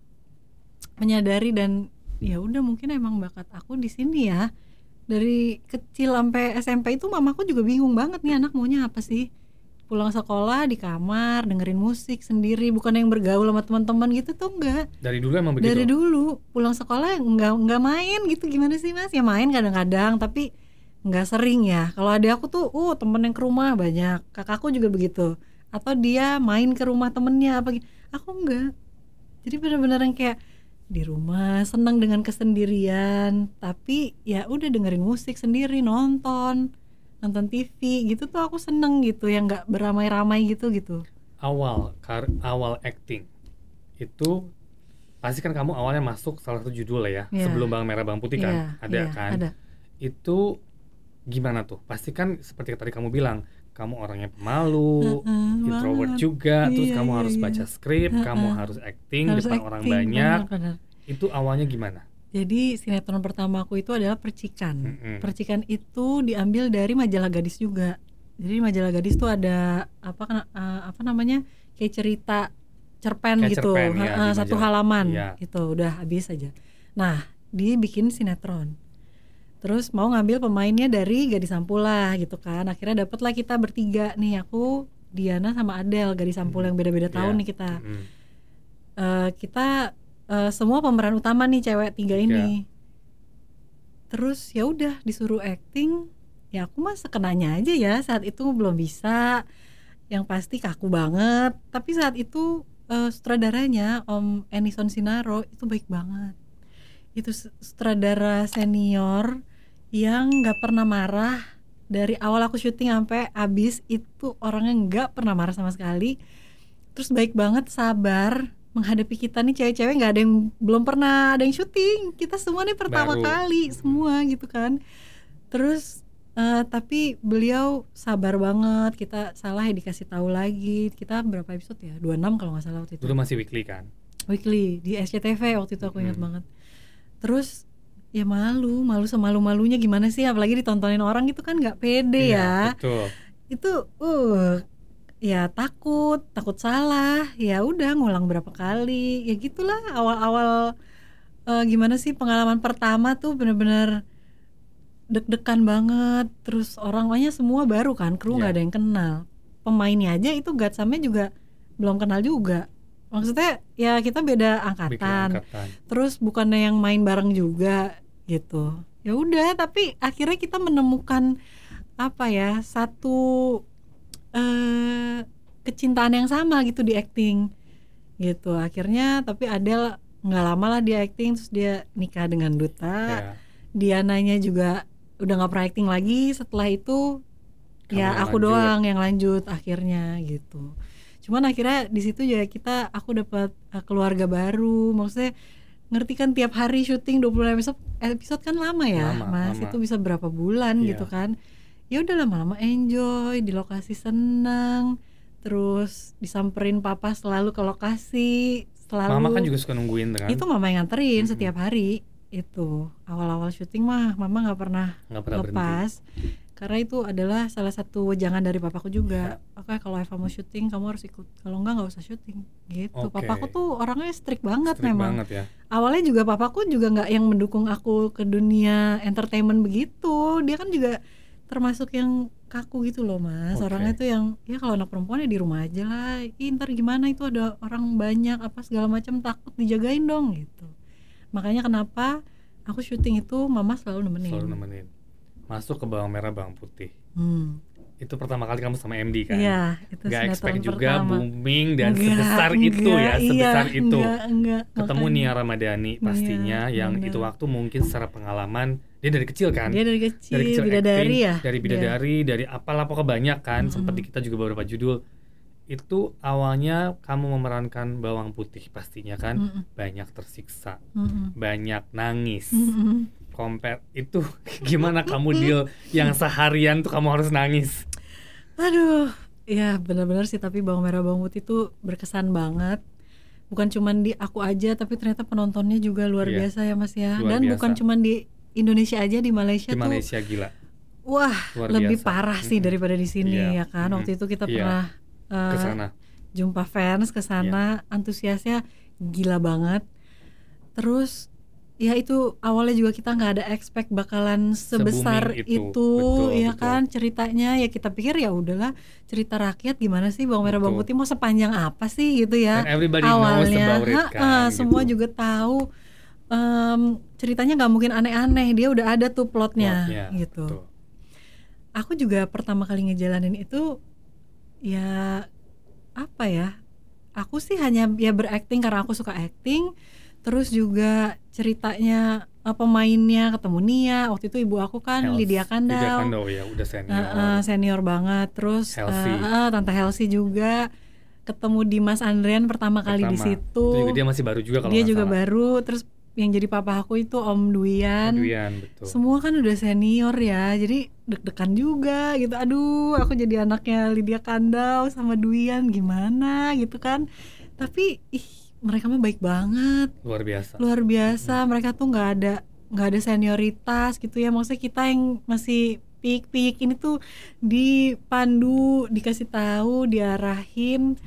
B: menyadari dan ya udah mungkin emang bakat aku di sini ya. Dari kecil sampai S M P itu mamaku juga bingung banget nih anak maunya apa sih. Pulang sekolah di kamar dengerin musik sendiri, bukan yang bergaul sama teman-teman gitu tuh enggak.
A: Dari dulu emang begitu?
B: Dari dulu pulang sekolah enggak enggak main gitu. Gimana sih Mas? Ya main kadang-kadang tapi enggak sering ya. Kalau ada aku tuh uh temen yang ke rumah banyak. Kakakku juga begitu. Atau dia main ke rumah temennya apa gitu. Aku enggak. Jadi benar-benar yang kayak di rumah senang dengan kesendirian, tapi ya udah dengerin musik sendiri, nonton nonton T V gitu tuh aku seneng gitu, yang nggak beramai-ramai gitu gitu.
A: Awal kar awal acting itu pasti kan kamu awalnya masuk salah satu judul lah ya, yeah. Sebelum Bawang Merah Bawang Putih kan yeah, ada yeah, kan ada. Itu gimana tuh? Pasti kan seperti tadi kamu bilang kamu orangnya pemalu, uh-uh, introvert banget. Juga, iya, terus kamu iya, harus baca skrip, uh-uh. kamu harus acting harus depan acting, orang banyak. Benar-benar. Itu awalnya gimana?
B: Jadi sinetron pertama aku itu adalah Percikan. Mm-hmm. Percikan itu diambil dari majalah Gadis juga. Jadi majalah Gadis tuh ada apa uh, apa namanya kayak cerita cerpen kayak gitu, cerpen, ya, uh, satu halaman, ya. Gitu, udah habis aja. Nah, dibikin sinetron. Terus mau ngambil pemainnya dari Gadis Sampul lah gitu kan. Akhirnya dapatlah kita bertiga nih, aku, Diana sama Adele, Gadis Sampul hmm. yang beda-beda tahun yeah. nih kita. Hmm. Uh, kita uh, semua pemeran utama nih cewek tiga ini. Yeah. Terus ya udah disuruh acting, ya aku mah sekenanya aja ya. Saat itu belum bisa, yang pasti kaku banget. Tapi saat itu uh, sutradaranya Om Enison Sinaro itu baik banget. Itu sutradara senior yang nggak pernah marah dari awal aku syuting sampai habis, itu orangnya nggak pernah marah sama sekali. Terus baik banget, sabar menghadapi kita nih cewek-cewek, nggak ada yang belum pernah ada yang syuting, kita semua nih pertama Baru. kali semua gitu kan. Terus uh, tapi beliau sabar banget, kita salah ya dikasih tahu lagi. Kita berapa episode ya? dua puluh enam kalau nggak salah waktu itu.
A: Itu masih weekly kan? Weekly di S C T V waktu itu aku ingat hmm. banget. Terus ya malu, malu semalu-malunya gimana sih, apalagi ditontonin orang gitu kan nggak pede ya. Betul.
B: Itu uh ya takut, takut salah, ya udah ngulang berapa kali, ya gitulah awal-awal. Uh, gimana sih pengalaman pertama tuh bener-bener deg-degan banget, terus orang-orangnya semua baru kan, kru nggak
A: Yeah.
B: ada yang kenal, pemainnya aja itu Gatsamnya juga belum kenal juga, maksudnya ya kita beda
A: Bikin
B: angkatan,
A: angkatan.
B: terus bukannya yang main bareng juga gitu, ya udah tapi akhirnya kita menemukan apa ya satu eh, kecintaan yang sama gitu di acting gitu, akhirnya tapi Adele nggak lama lah dia acting, terus dia nikah dengan Duta.
A: Yeah.
B: Diananya juga udah nggak pernah acting lagi setelah itu.
A: Kamu
B: Ya
A: yang
B: aku
A: lanjut.
B: doang yang lanjut akhirnya gitu. Cuman akhirnya di situ ya kita aku dapat uh, keluarga baru, maksudnya ngerti kan tiap hari syuting dua puluh episode episode kan lama ya
A: Lama,
B: Mas,
A: lama.
B: itu bisa berapa bulan
A: Iya.
B: gitu kan. Ya udah lama-lama enjoy di lokasi, seneng, terus disamperin papa selalu ke lokasi, selalu.
A: Mama kan juga suka nungguin kan?
B: Itu mama yang nganterin
A: Mm-mm.
B: setiap hari. Itu awal-awal syuting mah mama nggak pernah
A: Nggak pernah berhenti.
B: lepas, karena itu adalah salah satu wejangan dari papaku juga. Oke, kalau Eva mau syuting kamu harus ikut, kalau enggak nggak usah syuting gitu.
A: Oke.
B: Papaku tuh orangnya strict banget
A: Strict
B: memang.
A: banget ya.
B: Awalnya juga papaku juga nggak yang mendukung aku ke dunia entertainment begitu. Dia kan juga termasuk yang kaku gitu loh Mas.
A: Oke.
B: Orangnya tuh yang ya kalau anak perempuan ya di rumah aja lah. Ih, ntar gimana itu ada orang banyak apa segala macam, takut dijagain dong gitu. Makanya kenapa aku syuting itu mama selalu nemenin.
A: Selalu nemenin. Masuk ke bawang merah bawang putih.
B: Hmm.
A: Itu pertama kali kamu sama M D kan?
B: Iya, itu
A: Gak expect
B: sinetron
A: juga
B: pertama.
A: booming dan
B: Enggak,
A: sebesar itu
B: enggak,
A: ya, sebesar
B: iya,
A: itu.
B: enggak, enggak,
A: Ketemu
B: makanya.
A: Nia Ramadhani pastinya,
B: Iya,
A: yang
B: bener.
A: itu waktu mungkin secara pengalaman dia dari kecil kan?
B: Dia dari kecil,
A: Dari kecil
B: bidadari
A: acting,
B: ya.
A: dari
B: Dia.
A: bidadari, dari apalah pokoknya banyak kan.
B: Mm-mm.
A: Sempat di kita juga beberapa judul. Itu awalnya kamu memerankan bawang putih pastinya kan?
B: Mm-mm.
A: Banyak tersiksa,
B: Mm-mm.
A: banyak nangis.
B: Mm-mm.
A: Compare itu gimana kamu deal yang seharian tuh kamu harus nangis?
B: Aduh, ya benar-benar sih, tapi bawang merah bawang putih itu berkesan banget. Bukan cuman di aku aja, tapi ternyata penontonnya juga luar
A: Iya,
B: biasa ya Mas ya.
A: luar
B: Dan
A: biasa.
B: bukan cuman di Indonesia aja, di Malaysia,
A: Di
B: tuh
A: Malaysia gila.
B: wah
A: Luar
B: lebih
A: biasa.
B: parah sih
A: Mm-mm.
B: daripada di sini
A: Iya.
B: ya kan.
A: Mm-mm.
B: Waktu itu kita
A: Iya.
B: pernah uh,
A: Ke sana.
B: jumpa fans ke sana, antusiasnya gila banget. Terus ya itu awalnya juga kita nggak ada expect bakalan sebesar
A: Se-booming
B: itu,
A: itu. Betul,
B: ya
A: betul.
B: kan ceritanya. Ya kita pikir ya udahlah cerita rakyat, gimana sih bawang merah bawang
A: Betul.
B: putih mau sepanjang apa sih gitu ya.
A: And everybody knows
B: Awalnya
A: about it
B: ha-ha,
A: kan,
B: semua
A: gitu.
B: juga tahu em, ceritanya nggak mungkin aneh-aneh, dia udah ada tuh plotnya,
A: Plotnya,
B: gitu.
A: betul.
B: Aku juga pertama kali ngejalanin itu ya apa ya, aku sih hanya ya berakting karena aku suka acting. Terus juga ceritanya uh, pemainnya ketemu Nia, waktu itu ibu aku kan
A: Hels-
B: Lydia Kandau,
A: Lydia Kandau ya udah senior.
B: Uh, uh, senior banget. Terus
A: Helsi.
B: uh, uh, Tante Helsi juga, ketemu Dimas Andrian pertama kali di
A: Pertama.
B: situ.
A: Itu juga dia masih baru juga kalau
B: Dia
A: nggak
B: juga
A: salah.
B: baru. Terus yang jadi papa aku itu Om Duyan.
A: Adrian, betul.
B: Semua kan udah senior ya, jadi deg-degan juga gitu. Aduh, aku jadi anaknya Lydia Kandau sama Duyan, gimana gitu kan. Tapi ih, mereka mah baik banget,
A: Luar biasa.
B: luar biasa. Mereka tuh nggak ada nggak ada senioritas gitu ya. Maksudnya kita yang masih pik-pik ini tuh dipandu, dikasih tahu, diarahin,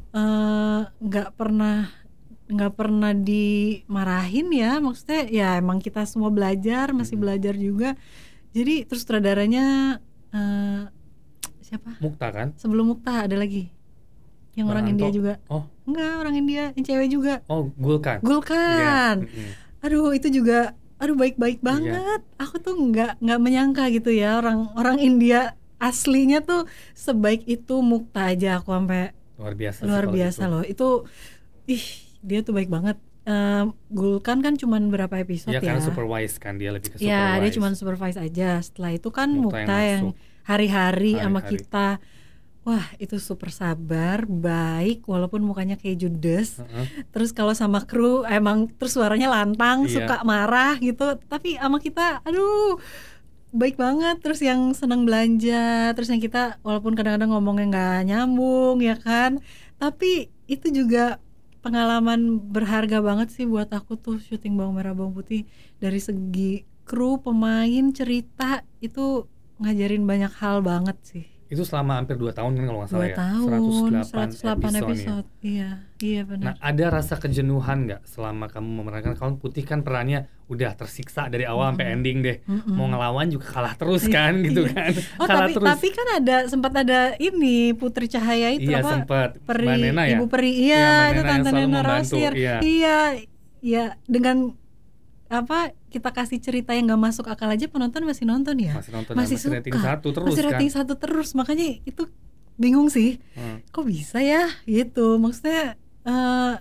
B: eh, nggak pernah nggak pernah dimarahin ya. Maksudnya ya emang kita semua belajar, masih
A: Hmm.
B: belajar juga. Jadi terus sutradaranya eh, siapa?
A: Mukta kan?
B: Sebelum Mukta ada lagi yang orang
A: Baranto.
B: India juga.
A: Oh,
B: Enggak, orang India, yang cewek juga.
A: oh Gulkan.
B: Gulkan.
A: Iya, mm-mm.
B: Aduh, itu juga aduh baik-baik banget. Aku tuh nggak nggak menyangka gitu ya, orang orang India aslinya tuh sebaik itu. Mukta aja aku sampai
A: Luar biasa. sih
B: luar
A: kalau
B: biasa
A: gitu.
B: loh. Itu ih, dia tuh baik banget. Ehm, Gulkan kan cuman berapa episode
A: Iya
B: ya?
A: karena supervise kan, dia lebih ke supervise.
B: Ya, dia cuma supervise aja. Setelah itu kan
A: Mukta
B: Mukta,
A: yang
B: yang,
A: masuk.
B: hari-hari sama
A: Hari-hari.
B: kita. Wah, itu super sabar, baik, walaupun mukanya kayak judes.
A: Heeh.
B: Terus kalau sama kru emang terus suaranya lantang,
A: Iya.
B: suka marah gitu. Tapi sama kita, aduh, baik banget. Terus yang senang belanja, terus yang kita walaupun kadang-kadang ngomongnya nggak nyambung ya kan. Tapi itu juga pengalaman berharga banget sih buat aku tuh syuting Bawang Merah Bawang Putih. Dari segi kru, pemain, cerita, itu ngajarin banyak hal banget sih.
A: Itu selama hampir dua tahun kan kalau nggak salah
B: Dua
A: ya.
B: tahun,
A: seratus
B: seratus delapan
A: episode,
B: episode.
A: ya.
B: Iya, iya
A: Nah,
B: benar.
A: ada rasa kejenuhan nggak selama kamu memerankan kaum putih kan perannya udah tersiksa dari awal sampai ending deh.
B: Mm-mm.
A: Mau ngelawan juga kalah terus kan gitu
B: Iya.
A: kan.
B: Oh
A: kalah
B: tapi
A: terus.
B: tapi kan ada sempat ada ini Putri Cahaya itu
A: Iya
B: apa?
A: sempat.
B: Peri,
A: Mbak Nena ya.
B: Ibu Peri,
A: Iya,
B: iya
A: Mbak
B: itu
A: Nena yang
B: Tante
A: selalu
B: Nena
A: membantu,
B: Rosir.
A: iya.
B: Iya, iya dengan apa kita kasih cerita yang nggak masuk akal aja penonton masih nonton ya.
A: Masih nonton
B: masih
A: masih
B: suka.
A: rating satu terus
B: masih
A: kan.
B: rating satu terus makanya itu bingung sih.
A: Hmm.
B: Kok bisa ya gitu? Maksudnya eh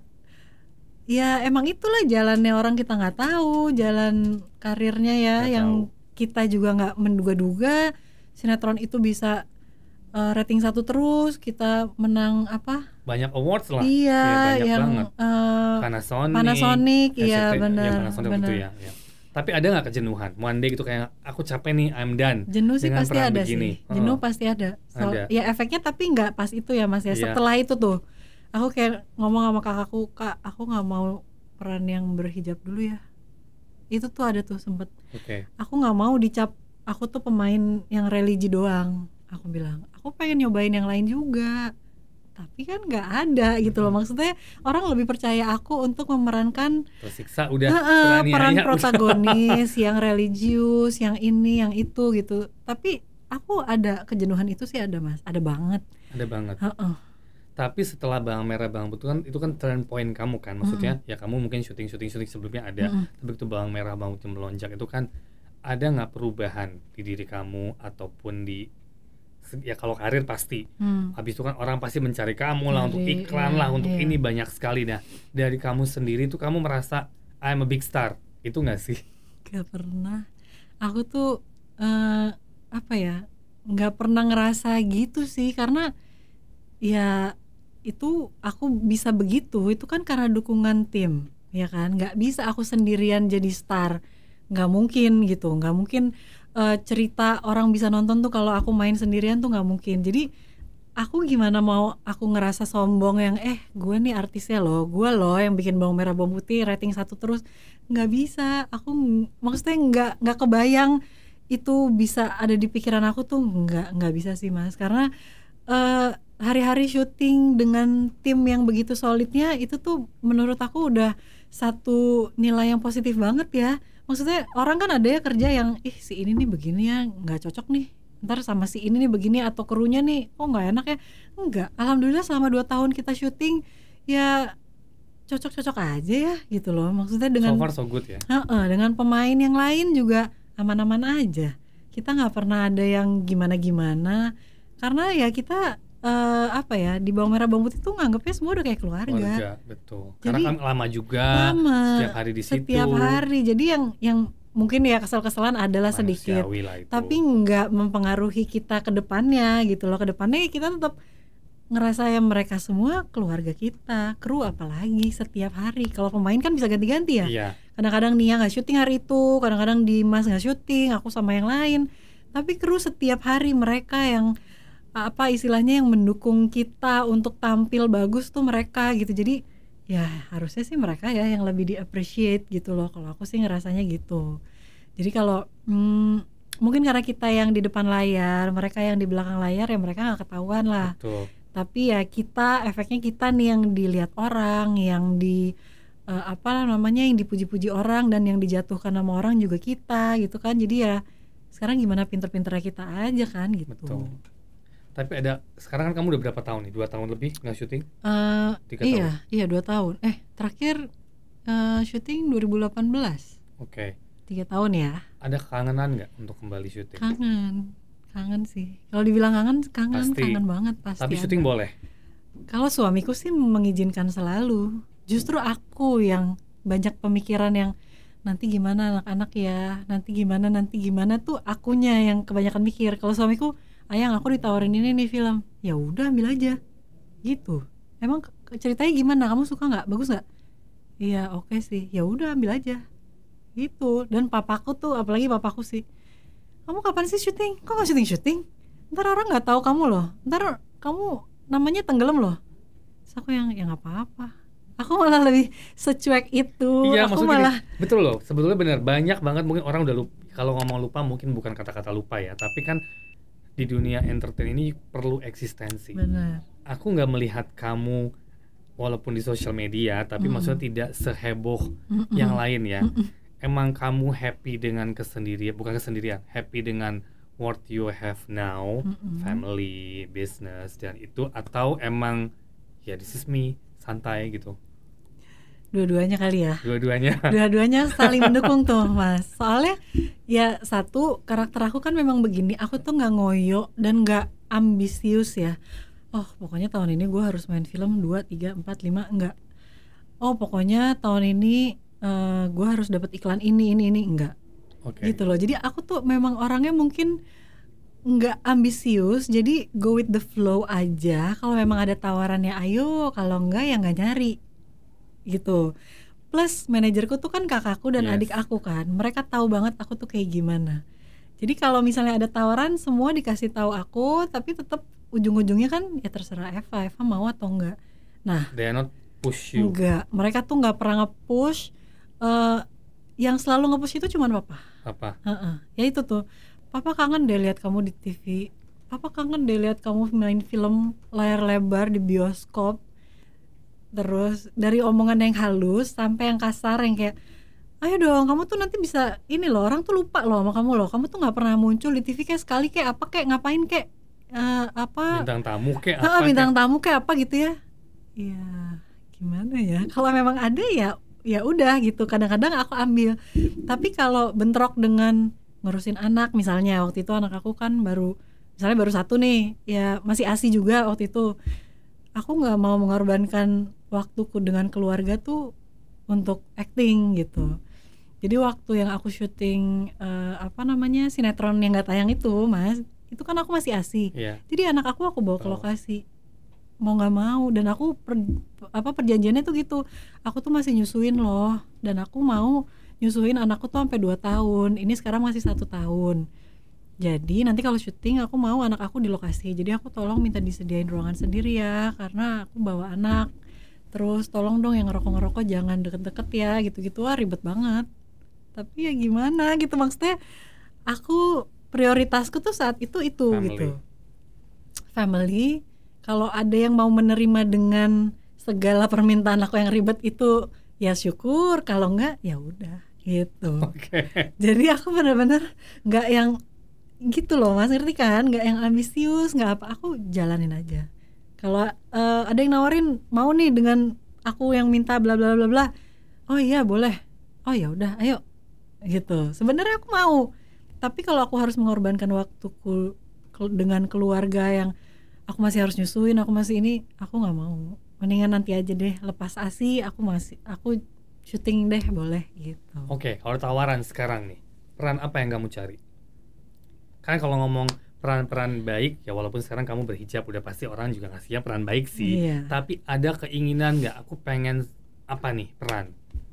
B: ya emang itulah jalannya orang kita nggak tahu jalan karirnya ya
A: Nggak
B: yang
A: tahu.
B: kita juga nggak menduga-duga sinetron itu bisa eh, rating satu terus kita menang apa
A: Banyak awards lah.
B: iya
A: banyak
B: yang
A: banget.
B: eh,
A: Panasonic.
B: Panasonic iya
A: S C T,
B: benar
A: ya, Panasonic
B: benar
A: itu ya, ya. Tapi ada nggak kejenuhan? One day gitu kayak aku capek nih, I'm done.
B: jenuh sih
A: dengan
B: pasti
A: peran
B: ada
A: begini.
B: sih jenuh
A: Oh.
B: pasti ada. So,
A: Ada.
B: ya efeknya tapi nggak pas itu ya mas ya
A: Iya.
B: setelah itu tuh aku kayak ngomong sama kakakku kak aku nggak mau peran yang berhijab dulu ya itu tuh ada tuh sempet
A: Oke.
B: aku nggak mau dicap aku tuh pemain yang religi doang aku bilang aku pengen nyobain yang lain juga tapi kan nggak ada gitu loh maksudnya orang lebih percaya aku untuk memerankan
A: Tersiksa udah
B: Heeh,
A: berani
B: peran
A: aja,
B: protagonis yang religius yang ini yang itu gitu tapi aku ada kejenuhan itu sih ada mas ada banget
A: udah. Ada banget.
B: Heeh.
A: Tapi setelah Bawang Merah Bawang Putih kan itu kan turn point kamu kan. Maksudnya ya kamu mungkin syuting syuting syuting sebelumnya ada,
B: Mm-mm.
A: tapi itu Bawang Merah Bawang Putih melonjak itu kan ada nggak perubahan di diri kamu ataupun di ya kalau karir pasti.
B: Hmm.
A: Habis itu kan orang pasti mencari kamu lah untuk
B: Cari,
A: iklan
B: iya,
A: lah untuk
B: iya.
A: ini banyak sekali. Nah dari kamu sendiri tuh kamu merasa I'm a big star itu nggak sih?
B: Gak pernah aku tuh eh, apa ya nggak pernah ngerasa gitu sih karena ya itu aku bisa begitu itu kan karena dukungan tim ya kan nggak bisa aku sendirian jadi star nggak mungkin gitu nggak mungkin eh, cerita orang bisa nonton tuh kalau aku main sendirian tuh nggak mungkin jadi aku gimana mau aku ngerasa sombong yang eh gue nih artisnya loh gue loh yang bikin Bawang Merah Bawang Putih rating satu terus nggak bisa aku ng- maksudnya nggak nggak kebayang itu bisa ada di pikiran aku tuh nggak nggak bisa sih mas karena eh, hari-hari syuting dengan tim yang begitu solidnya itu tuh menurut aku udah satu nilai yang positif banget ya maksudnya orang kan ada ya kerja yang ih si ini nih begini ya nggak cocok nih ntar sama si ini nih begini atau krunya nih kok nggak enak ya enggak alhamdulillah selama dua tahun kita syuting ya cocok-cocok aja ya gitu loh maksudnya dengan
A: So far so good ya.
B: Heeh, dengan pemain yang lain juga aman-aman aja kita nggak pernah ada yang gimana-gimana karena ya kita eh, apa ya di Bawang Merah Bawang Putih tuh nganggapnya semua udah kayak keluarga,
A: Keluarga, betul.
B: Jadi,
A: Karena kan lama juga,
B: lama
A: setiap hari di situ.
B: setiap hari jadi yang yang mungkin ya kesel-keselan adalah sedikit
A: Manusiawi lah itu.
B: tapi nggak mempengaruhi kita ke depannya gitu loh ke depannya kita tetap ngerasa ya mereka semua keluarga kita kru apalagi setiap hari kalau pemain kan bisa ganti-ganti ya
A: Iya,
B: kadang-kadang Nia nggak syuting hari itu kadang-kadang Dimas nggak syuting aku sama yang lain tapi kru setiap hari mereka yang apa istilahnya yang mendukung kita untuk tampil bagus tuh mereka gitu jadi ya harusnya sih mereka ya yang lebih di appreciate gitu loh kalau aku sih ngerasanya gitu jadi kalau hmm, mungkin karena kita yang di depan layar mereka yang di belakang layar ya mereka nggak ketahuan lah
A: betul.
B: tapi ya kita efeknya kita nih yang dilihat orang yang di eh, apa namanya yang dipuji-puji orang dan yang dijatuhkan sama orang juga kita gitu kan jadi ya sekarang gimana pinter-pinternya kita aja kan gitu.
A: Betul. Tapi ada sekarang kan kamu udah berapa tahun nih? Dua tahun lebih nggak syuting?
B: Eh,
A: Tiga
B: iya
A: tahun.
B: iya dua tahun eh terakhir eh, syuting dua ribu delapan belas
A: Oke.
B: tiga tahun ya
A: Ada kangenan nggak untuk kembali syuting?
B: kangen kangen sih kalau dibilang kangen kangen
A: Pasti.
B: kangen banget pasti
A: Tapi
B: ada.
A: syuting boleh.
B: Kalau suamiku sih mengizinkan selalu. Justru aku yang banyak pemikiran yang nanti gimana anak-anak ya, nanti gimana nanti gimana tuh akunya yang kebanyakan mikir. Kalau suamiku, ayang aku ditawarin ini nih film, ya udah ambil aja, gitu. Emang ke- ceritanya gimana? Kamu suka nggak? Bagus nggak? Iya oke sih, ya udah ambil aja, gitu. Dan papaku tuh, apalagi papaku sih, kamu kapan sih syuting? Kok nggak syuting syuting? Ntar orang nggak tahu kamu loh. Ntar kamu namanya tenggelam loh. Terus aku yang ya nggak apa-apa. Aku malah lebih secuek itu.
A: Iya,
B: aku
A: maksudnya
B: malah
A: gini, betul loh. Sebetulnya benar banyak banget mungkin orang udah lupa. Kalau ngomong lupa mungkin bukan kata-kata lupa ya, tapi kan di dunia entertain ini perlu eksistensi.
B: Benar.
A: Aku nggak melihat kamu walaupun di sosial media, tapi mm-mm. maksudnya tidak seheboh mm-mm. yang lain ya. Mm-mm. Emang kamu happy dengan kesendirian, bukan kesendirian, happy dengan what you have now, mm-mm. family, business dan itu, atau emang ya this is me, santai gitu?
B: Dua-duanya kali ya.
A: Dua-duanya.
B: Dua-duanya saling mendukung tuh Mas. Soalnya ya satu, karakter aku kan memang begini. Aku tuh nggak ngoyo dan nggak ambisius ya. Oh pokoknya tahun ini gue harus main film dua, tiga, empat, lima, enggak. Oh pokoknya tahun ini uh, gue harus dapat iklan ini, ini, ini, enggak. Okay. Gitu loh. Jadi aku tuh memang orangnya mungkin nggak ambisius. Jadi go with the flow aja. Kalau memang ada tawarannya ayo. Kalau enggak ya nggak nyari. Gitu. Plus manajerku tuh kan kakakku dan yes. adik aku kan, mereka tahu banget aku tuh kayak gimana. Jadi kalau misalnya ada tawaran semua dikasih tahu aku, tapi tetap ujung-ujungnya kan ya terserah Eva, Eva mau atau enggak. Nah,
A: they are not push you.
B: Enggak, mereka tuh nggak pernah nge-push. Uh, yang selalu nge-push itu cuma papa.
A: Apa?
B: Uh-uh. Ya itu tuh, papa kangen deh lihat kamu di T V. Papa kangen deh lihat kamu main film layar lebar di bioskop. Terus dari omongan yang halus sampai yang kasar yang kayak ayo dong kamu tuh nanti bisa ini loh, orang tuh lupa loh sama kamu loh, kamu tuh nggak pernah muncul di T V kayak sekali kayak apa kayak ngapain kayak uh, apa
A: bintang tamu kayak
B: apa bintang
A: kayak...
B: tamu kayak apa gitu ya. Ya gimana ya, kalau memang ada ya ya udah gitu, kadang-kadang aku ambil. Tapi kalau bentrok dengan ngurusin anak misalnya, waktu itu anak aku kan baru misalnya baru satu nih ya, masih A S I juga waktu itu, aku nggak mau mengorbankan waktuku dengan keluarga tuh untuk acting gitu. Jadi waktu yang aku syuting uh, apa namanya sinetron yang nggak tayang itu Mas, itu kan aku masih A S I. Yeah. Jadi anak aku aku bawa ke lokasi, mau nggak mau, dan aku per, apa perjanjiannya tuh gitu. Aku tuh masih nyusuin loh, dan aku mau nyusuin anakku tuh sampai dua tahun. Ini sekarang masih satu tahun. Jadi nanti kalau syuting aku mau anak aku di lokasi. Jadi aku tolong minta disediain ruangan sendiri ya, karena aku bawa anak. Terus tolong dong yang ngerokok-ngerokok jangan deket-deket ya, gitu-gitu. Wah ribet banget. Tapi ya gimana gitu, maksudnya aku prioritasku tuh saat itu itu family. Gitu. Family. Kalau ada yang mau menerima dengan segala permintaan aku yang ribet itu ya syukur. Kalau enggak ya udah gitu. Okay. Jadi aku benar-benar nggak yang gitu loh Mas, ngerti kan? Nggak yang ambisius, nggak apa, aku jalanin aja. Kalau uh, ada yang nawarin mau nih dengan aku yang minta bla bla bla bla, oh iya boleh, oh ya udah ayo gitu. Sebenarnya aku mau, tapi kalau aku harus mengorbankan waktuku dengan keluarga yang aku masih harus nyusuin, aku masih ini, aku nggak mau. Mendingan nanti aja deh, lepas A S I aku masih aku syuting deh boleh gitu.
A: Oke, okay, kalau tawaran sekarang nih, peran apa yang kamu cari? Kan kalau ngomong peran-peran baik ya, walaupun sekarang kamu berhijab udah pasti orang juga ngasihnya peran baik sih. Iya. Tapi ada keinginan nggak? Aku pengen apa nih peran?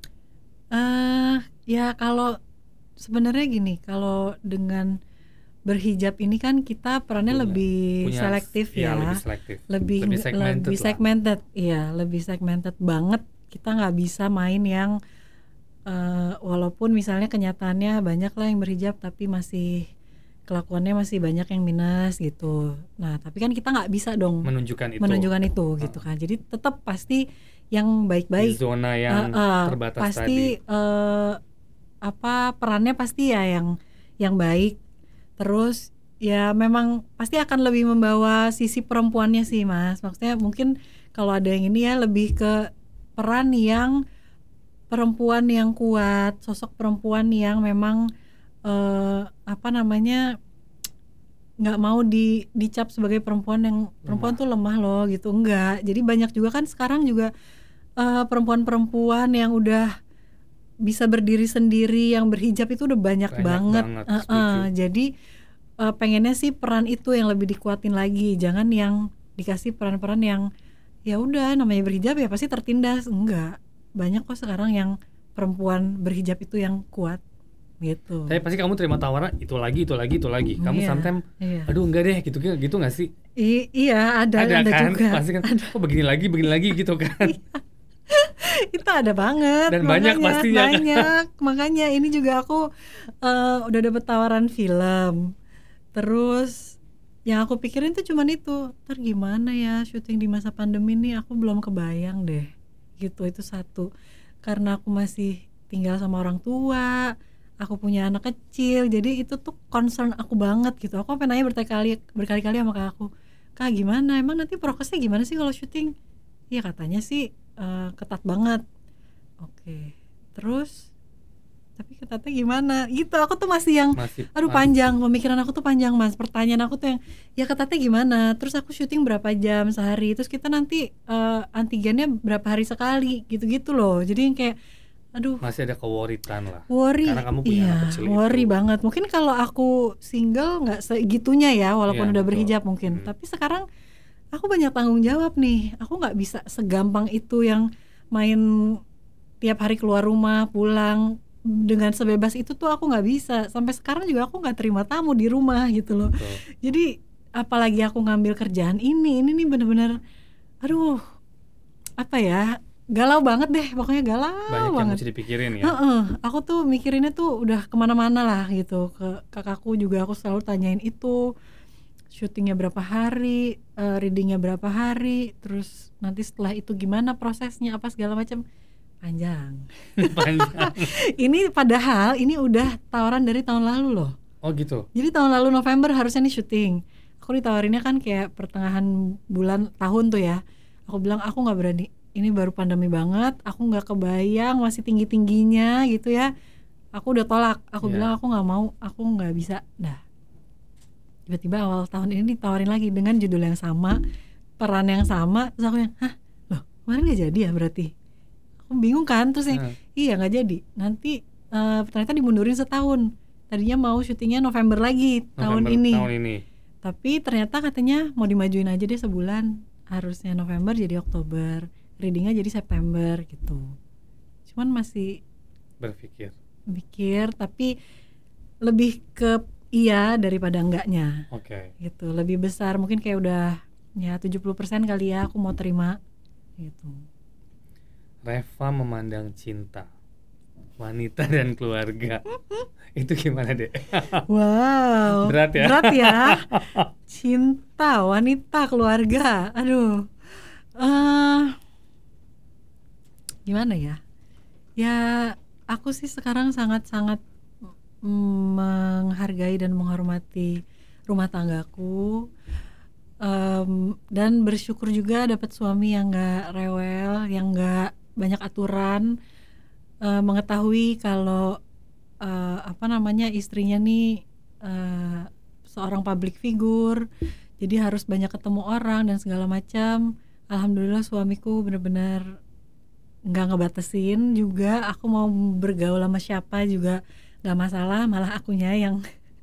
B: Uh, ya kalau sebenarnya gini, kalau dengan berhijab ini kan kita perannya punya, lebih punya, selektif ya, ya lebih selektif, lebih lebih segmented, lebih segmented iya, lebih segmented banget. Kita nggak bisa main yang uh, walaupun misalnya kenyataannya banyak lah yang berhijab tapi masih kelakuannya masih banyak yang minus gitu. Nah tapi kan kita nggak bisa dong
A: menunjukkan itu,
B: menunjukkan itu uh. gitu kan. Jadi tetap pasti yang baik-baik
A: di zona yang uh, uh, terbatas
B: pasti,
A: tadi.
B: Uh, apa perannya pasti ya yang yang baik. Terus ya memang pasti akan lebih membawa sisi perempuannya sih Mas. Maksudnya mungkin kalau ada yang ini ya lebih ke peran yang perempuan yang kuat, sosok perempuan yang memang Uh, apa namanya nggak mau di dicap sebagai perempuan yang perempuan lemah. Tuh lemah loh gitu, enggak. Jadi banyak juga kan sekarang juga uh, perempuan-perempuan yang udah bisa berdiri sendiri, yang berhijab itu udah banyak, banyak banget, banget uh, uh, jadi uh, pengennya sih peran itu yang lebih dikuatin lagi, jangan yang dikasih peran-peran yang ya udah namanya berhijab ya pasti tertindas, enggak. Banyak kok sekarang yang perempuan berhijab itu yang kuat gitu.
A: Tapi pasti kamu terima tawaran itu lagi, itu lagi, itu lagi. Kamu yeah, sometimes, yeah. aduh enggak deh, gitu gitu nggak sih?
B: I- iya ada, ada, ada
A: kan?
B: juga.
A: Pasti kan, ada. Oh begini lagi, begini lagi gitu kan?
B: Itu ada banget.
A: Dan makanya, banyak pastinya.
B: Banyak, kan? Makanya ini juga aku uh, udah dapet tawaran film. Terus yang aku pikirin tuh cuman itu, ntar gimana ya syuting di masa pandemi nih, aku belum kebayang deh gitu. Itu satu, karena aku masih tinggal sama orang tua, aku punya anak kecil, jadi itu tuh concern aku banget gitu. Aku sampai nanya berkali-kali berkali-kali sama kak aku, kak gimana emang nanti prokesnya gimana sih kalau syuting? Iya katanya sih uh, ketat banget. Oke, terus tapi ketatnya gimana gitu. Aku tuh masih yang
A: Masih
B: aduh
A: masih-
B: panjang, pemikiran aku tuh panjang mas. Pertanyaan aku tuh yang ya ketatnya gimana, terus aku syuting berapa jam sehari, terus kita nanti uh, antigennya berapa hari sekali gitu-gitu loh. Jadi yang kayak aduh
A: masih ada keworitan lah.
B: worry.
A: Karena kamu punya
B: Iya
A: anak kecil
B: worry
A: itu.
B: banget. Mungkin kalau aku single nggak segitunya ya, walaupun
A: Iya,
B: udah
A: betul.
B: berhijab mungkin.
A: Hmm.
B: Tapi sekarang aku banyak tanggung jawab nih. Aku nggak bisa segampang itu yang main tiap hari keluar rumah pulang dengan sebebas itu tuh. Aku nggak bisa. Sampai sekarang juga aku nggak terima tamu di rumah gitu loh.
A: Betul.
B: Jadi apalagi aku ngambil kerjaan ini, ini nih bener-bener, aduh, apa ya, galau banget deh, pokoknya galau
A: Banyak yang
B: banget.
A: mesti dipikirin ya.
B: Heeh, aku tuh mikirinnya tuh udah kemana-mana lah gitu. Ke kakakku juga aku selalu tanyain itu, syutingnya berapa hari, uh, readingnya berapa hari, terus nanti setelah itu gimana prosesnya, apa segala macam. Panjang.
A: Panjang.
B: Ini padahal ini udah tawaran dari tahun lalu loh.
A: Oh gitu.
B: Jadi tahun lalu November harusnya nih syuting. Aku ditawarinnya kan kayak pertengahan bulan tahun tuh ya. Aku bilang aku nggak berani. Ini baru pandemi banget. Aku nggak kebayang masih tinggi tingginya gitu ya. Aku udah tolak. Aku
A: Yeah.
B: bilang aku nggak mau. Aku nggak bisa. Nah, tiba-tiba awal tahun ini ditawarin lagi dengan judul yang sama, peran yang sama. Terus aku yang, hah, loh kemarin nggak jadi ya berarti? Aku bingung kan. Terus yang,
A: Hmm.
B: iya nggak jadi. Nanti uh, ternyata dimundurin setahun. Tadinya mau syutingnya November lagi tahun
A: November
B: ini.
A: Tahun ini.
B: Tapi ternyata katanya mau dimajuin aja deh sebulan. Harusnya November jadi Oktober, readingnya jadi September gitu. Cuman masih
A: Berpikir.
B: mikir, tapi lebih ke iya daripada enggaknya
A: Oke.
B: gitu. Lebih besar, mungkin kayak udah ya tujuh puluh persen kali ya aku mau terima gitu.
A: Reva memandang cinta, wanita dan keluarga. Itu gimana deh?
B: Wow,
A: Berat ya?
B: berat ya. Cinta, wanita, keluarga. Aduh, uh, gimana ya? Ya, aku sih sekarang sangat-sangat menghargai dan menghormati rumah tanggaku, um, dan bersyukur juga dapat suami yang nggak rewel, yang nggak banyak aturan, uh, mengetahui kalau Uh, apa namanya istrinya nih uh, seorang public figure, jadi harus banyak ketemu orang dan segala macam. Alhamdulillah suamiku benar-benar nggak ngebatasin juga. Aku mau bergaul sama siapa juga nggak masalah, malah akunya yang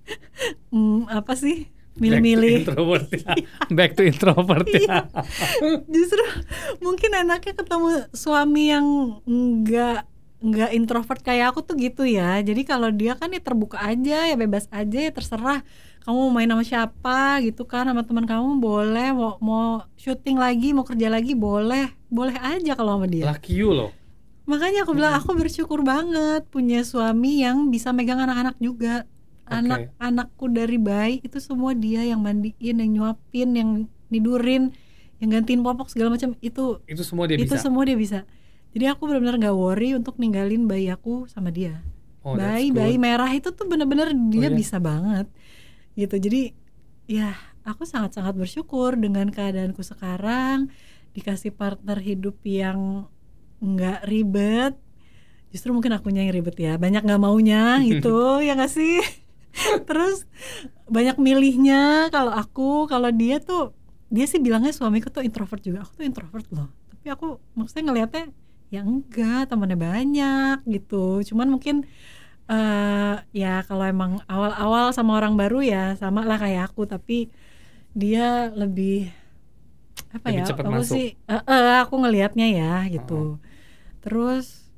B: mm, apa sih milih-milih.
A: Back to introvert ya. Back to introvert ya.
B: Justru mungkin enaknya ketemu suami yang nggak nggak introvert kayak aku tuh gitu ya. Jadi kalau dia kan ya terbuka aja, ya bebas aja, ya terserah kamu mau main sama siapa gitu kan, sama teman kamu boleh, mau mau syuting lagi, mau kerja lagi boleh, boleh aja kalau sama dia.
A: Lucky you loh.
B: Makanya aku bilang aku bersyukur banget punya suami yang bisa megang anak-anak juga.
A: Okay.
B: Anak-anakku dari bayi itu semua dia yang mandiin, yang nyuapin, yang nidurin, yang gantiin popok segala macam, itu
A: Itu semua dia
B: itu
A: bisa.
B: semua dia bisa. Jadi aku benar-benar nggak worry untuk ninggalin bayi aku sama dia.
A: Oh, that's
B: bayi
A: good.
B: bayi merah itu tuh benar-benar dia
A: Oh, yeah.
B: bisa banget gitu. Jadi ya aku sangat-sangat bersyukur dengan keadaanku sekarang, dikasih partner hidup yang nggak ribet. Justru mungkin akunya yang ribet ya, banyak nggak maunya gitu ya nggak sih. Terus banyak milihnya. Kalau aku, kalau dia tuh, dia sih bilangnya suamiku tuh introvert juga. Aku tuh introvert loh, tapi aku maksudnya ngelihatnya ya enggak, temannya banyak gitu. Cuman mungkin uh, ya kalau emang awal-awal sama orang baru ya sama lah kayak aku, tapi dia lebih apa
A: Lebih
B: ya,
A: cepat
B: aku
A: masuk.
B: sih uh, uh, aku ngelihatnya ya gitu. Uh-huh. Terus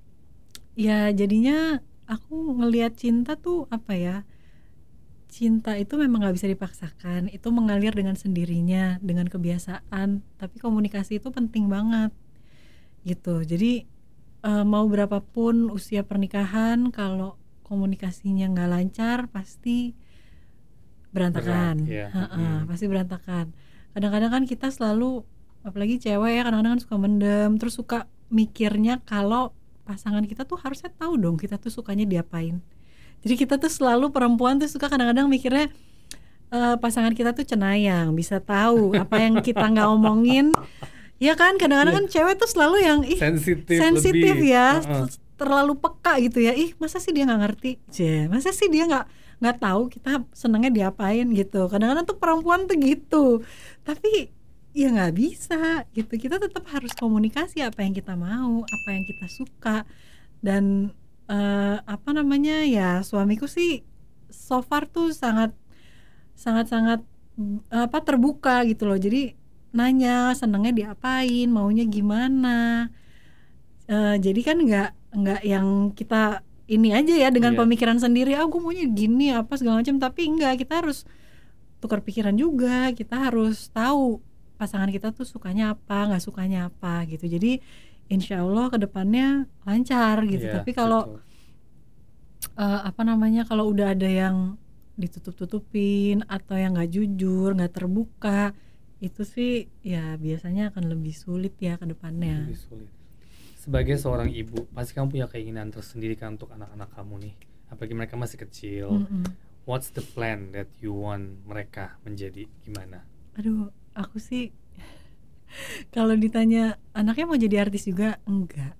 B: ya jadinya aku ngelihat cinta tuh apa ya, cinta itu memang gak bisa dipaksakan, itu mengalir dengan sendirinya, dengan kebiasaan. Tapi komunikasi itu penting banget gitu. Jadi uh, mau berapapun usia pernikahan, kalau komunikasinya nggak lancar pasti berantakan.
A: Berat, ya.
B: Ha-ha,
A: Hmm.
B: pasti berantakan. Kadang-kadang kan kita selalu, apalagi cewek ya, kadang-kadang kan suka mendem, terus suka mikirnya kalau pasangan kita tuh harusnya tahu dong kita tuh sukanya diapain. Jadi kita tuh selalu perempuan tuh suka kadang-kadang mikirnya uh, pasangan kita tuh cenayang, bisa tahu apa yang kita nggak omongin. Ya kan, kadang-kadang kan cewek tuh selalu yang ih
A: Sensitif
B: sensitif
A: lebih.
B: ya,
A: Uh-uh.
B: terlalu peka gitu ya. Ih masa sih dia nggak ngerti, je, masa sih dia nggak nggak tahu kita senengnya diapain gitu. Kadang-kadang tuh perempuan tuh gitu, tapi ya nggak bisa gitu. Kita tetap harus komunikasi apa yang kita mau, apa yang kita suka. Dan uh, apa namanya ya, suamiku sih so far tuh sangat sangat sangat apa terbuka gitu loh. Jadi nanya senengnya diapain, maunya gimana. Uh, jadi kan nggak nggak yang kita ini aja ya dengan
A: Iya.
B: pemikiran sendiri, ah gue maunya gini apa segala macam, tapi enggak, kita harus tukar pikiran juga, kita harus tahu pasangan kita tuh sukanya apa, nggak sukanya apa gitu. Jadi insya Allah kedepannya lancar gitu.
A: Iya,
B: Tapi kalau
A: betul.
B: uh, apa namanya kalau udah ada yang ditutup-tutupin atau yang nggak jujur, nggak terbuka, itu sih ya biasanya akan lebih sulit ya kedepannya.
A: Lebih sulit. Sebagai seorang ibu, pasti kamu punya keinginan tersendiri kan untuk anak-anak kamu nih. Apalagi mereka masih kecil.
B: Mm-mm.
A: What's the plan that you want mereka menjadi gimana?
B: Aduh, aku sih kalau ditanya anaknya mau jadi artis juga, enggak.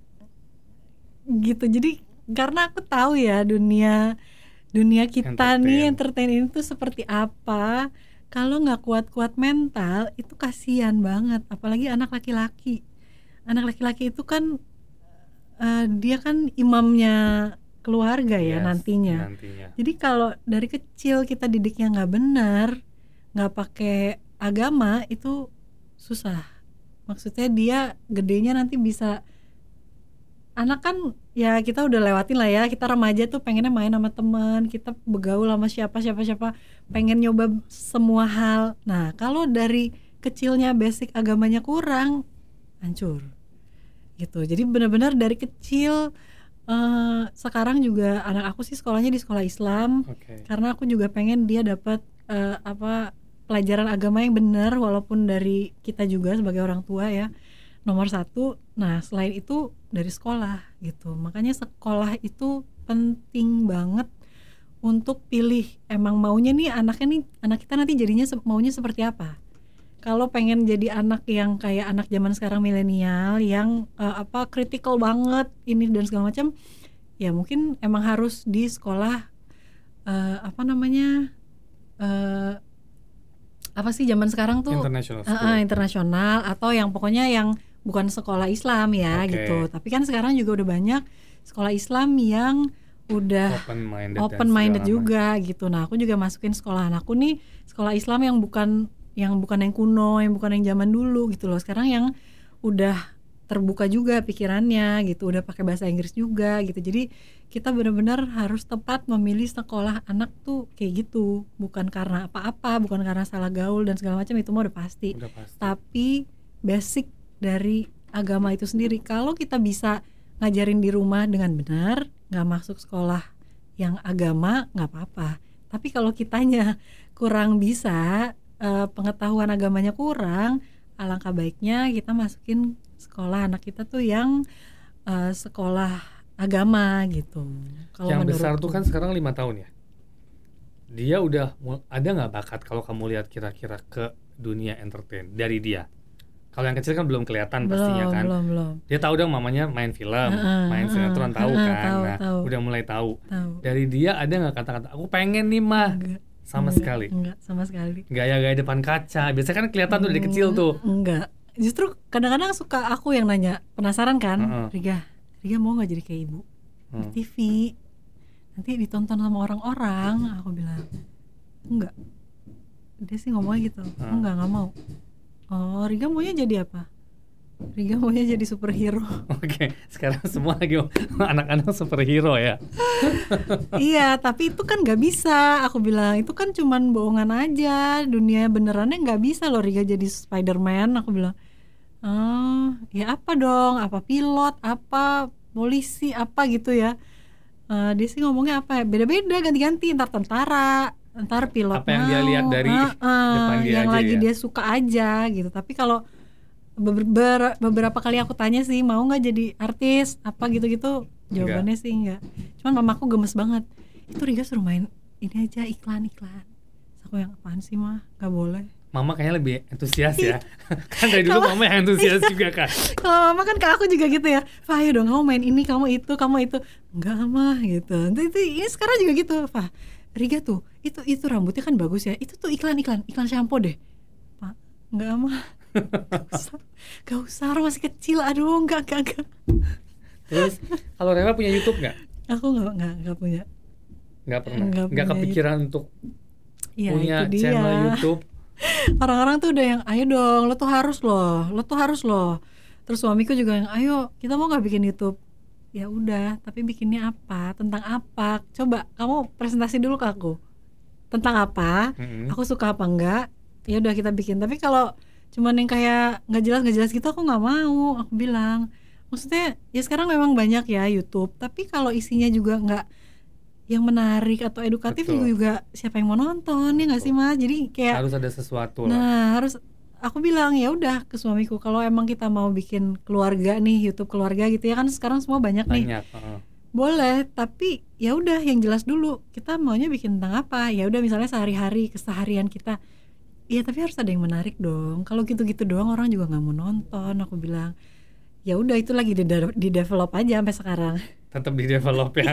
B: Gitu. Jadi karena aku tahu ya dunia dunia kita
A: Entertain.
B: nih entertain ini tuh seperti apa. Kalau nggak kuat-kuat mental itu kasihan banget. Apalagi anak laki-laki. Anak laki-laki itu kan uh, dia kan imamnya keluarga ya
A: Yes,
B: nantinya.
A: nantinya.
B: Jadi kalau dari kecil kita didiknya nggak benar, nggak pakai agama, itu susah. Maksudnya dia gedenya nanti bisa, anak kan ya kita udah lewatin lah ya, kita remaja tuh pengennya main sama teman, kita bergaul sama siapa siapa siapa, pengen nyoba semua hal. Nah kalau dari kecilnya basic agamanya kurang, hancur gitu. Jadi benar-benar dari kecil. Uh, sekarang juga anak aku sih sekolahnya di sekolah Islam,
A: Okay.
B: karena aku juga pengen dia dapat uh, apa pelajaran agama yang benar, walaupun dari kita juga sebagai orang tua ya nomor satu. Nah selain itu dari sekolah gitu. Makanya sekolah itu penting banget untuk pilih emang maunya nih anaknya nih, anak kita nanti jadinya se- maunya seperti apa. Kalau pengen jadi anak yang kayak anak zaman sekarang milenial yang uh, apa kritikal banget ini dan segala macam, ya mungkin emang harus di sekolah uh, apa namanya uh, apa sih zaman sekarang tuh
A: International
B: uh,
A: school.
B: uh, internasional atau yang pokoknya yang bukan sekolah Islam ya
A: Okay.
B: gitu. Tapi kan sekarang juga udah banyak sekolah Islam yang udah
A: Open minded.
B: open minded juga gitu. Nah aku juga masukin sekolah anakku nih sekolah Islam yang bukan yang bukan yang kuno, yang bukan yang zaman dulu gitu loh. Sekarang yang udah terbuka juga pikirannya gitu, udah pakai bahasa Inggris juga gitu. Jadi kita benar-benar harus tepat memilih sekolah anak tuh kayak gitu, bukan karena apa-apa, bukan karena salah gaul dan segala macam, itu mah udah pasti.
A: Udah pasti.
B: Tapi basic dari agama itu sendiri, kalau kita bisa ngajarin di rumah dengan benar, nggak masuk sekolah yang agama nggak apa-apa. Tapi kalau kitanya kurang bisa, Uh, pengetahuan agamanya kurang, alangkah baiknya kita masukin sekolah anak kita tuh yang uh, sekolah agama gitu. Kalau
A: Yang besar
B: menurutku.
A: tuh kan sekarang lima tahun ya. Dia udah ada nggak bakat kalau kamu lihat kira-kira ke dunia entertain dari dia? Kalau yang kecil kan belum kelihatan
B: belum,
A: pastinya kan.
B: Belum, belum.
A: Dia tahu dong mamanya main film,
B: Uh-uh,
A: main
B: uh-uh,
A: sinetron tahu
B: uh-uh,
A: kan.
B: tahu,
A: Nah,
B: tahu.
A: udah mulai tahu.
B: Tahu.
A: Dari dia ada nggak kata-kata aku pengen nih mah?
B: Enggak.
A: Sama
B: enggak,
A: sekali.
B: Enggak, sama sekali.
A: Gaya-gaya depan kaca. Biasanya kan kelihatan tuh dari kecil tuh.
B: Enggak. Justru kadang-kadang suka aku yang nanya, penasaran kan?
A: Uh-uh.
B: Riga, Riga mau nggak jadi kayak ibu di
A: Hmm.
B: T V? Nanti ditonton sama orang-orang. Aku bilang enggak. Dia sih ngomongnya gitu.
A: Uh.
B: Enggak, nggak mau. Oh, Riga maunya jadi apa? Riga maunya jadi superhero.
A: Oke, sekarang semua lagi anak-anak superhero ya.
B: Iya, tapi itu kan nggak bisa. Aku bilang itu kan cuman bohongan aja. Dunia benerannya nggak bisa loh Riga jadi Spider-Man. Aku bilang, oh, ya apa dong? Apa pilot? Apa polisi? Apa gitu ya? Uh, dia sih ngomongnya apa? Beda-beda, ganti-ganti. Ntar tentara, ntar pilot
A: apa yang dia
B: mau,
A: lihat dari
B: uh, uh,
A: depan dia
B: yang
A: aja
B: lagi
A: ya?
B: dia suka aja gitu. Tapi kalau beber- beberapa kali aku tanya sih mau nggak jadi artis apa gitu-gitu, jawabannya sih enggak. Cuman mamaku gemes banget, itu Riga suruh main ini aja iklan-iklan. Terus aku yang apaan sih mah, nggak boleh.
A: Mama kayaknya lebih antusias ya. Kan dari dulu mama yang antusias juga kan.
B: Kalau mama kan ke aku juga gitu ya, Fah ayo dong kamu main ini, kamu itu, kamu itu. Enggak mah gitu. Nanti itu ini sekarang juga gitu, Fah Riga tuh itu itu rambutnya kan bagus ya, itu tuh iklan-iklan iklan shampoo deh. Pak enggak mah, gak usah, gak usah, orang masih kecil, aduh enggak enggak enggak.
A: Terus kalau Reva punya YouTube nggak?
B: Aku nggak nggak nggak punya.
A: Nggak pernah.
B: Nggak
A: Nggak
B: punya
A: kepikiran untuk
B: Ya,
A: punya
B: itu dia.
A: channel YouTube.
B: Orang-orang tuh udah yang ayo dong, lo tuh harus loh, lo tuh harus loh. Terus suamiku juga yang ayo kita mau nggak bikin YouTube? Ya udah, tapi bikinnya apa? Tentang apa? Coba kamu presentasi dulu ke aku. Tentang apa?
A: Mm-hmm.
B: Aku suka apa enggak? Ya udah kita bikin. Tapi kalau cuman yang kayak nggak jelas nggak jelas gitu aku nggak mau. Aku bilang, maksudnya ya sekarang memang banyak ya YouTube. Tapi kalau isinya juga nggak yang menarik atau edukatif
A: Betul.
B: juga siapa yang mau nonton ya nggak sih Mas? Jadi kayak
A: harus ada sesuatu lah.
B: nah harus aku bilang ya udah ke suamiku kalau emang kita mau bikin keluarga nih YouTube keluarga gitu ya kan sekarang semua banyak, nih
A: Banyak. Uh.
B: boleh tapi ya udah yang jelas dulu kita maunya bikin tentang apa. Ya udah misalnya sehari-hari keseharian kita, ya tapi harus ada yang menarik dong. Kalau gitu-gitu doang orang juga nggak mau nonton. Aku bilang ya udah itu lagi di, de- di develop aja sampai sekarang.
A: Tetap di develop ya.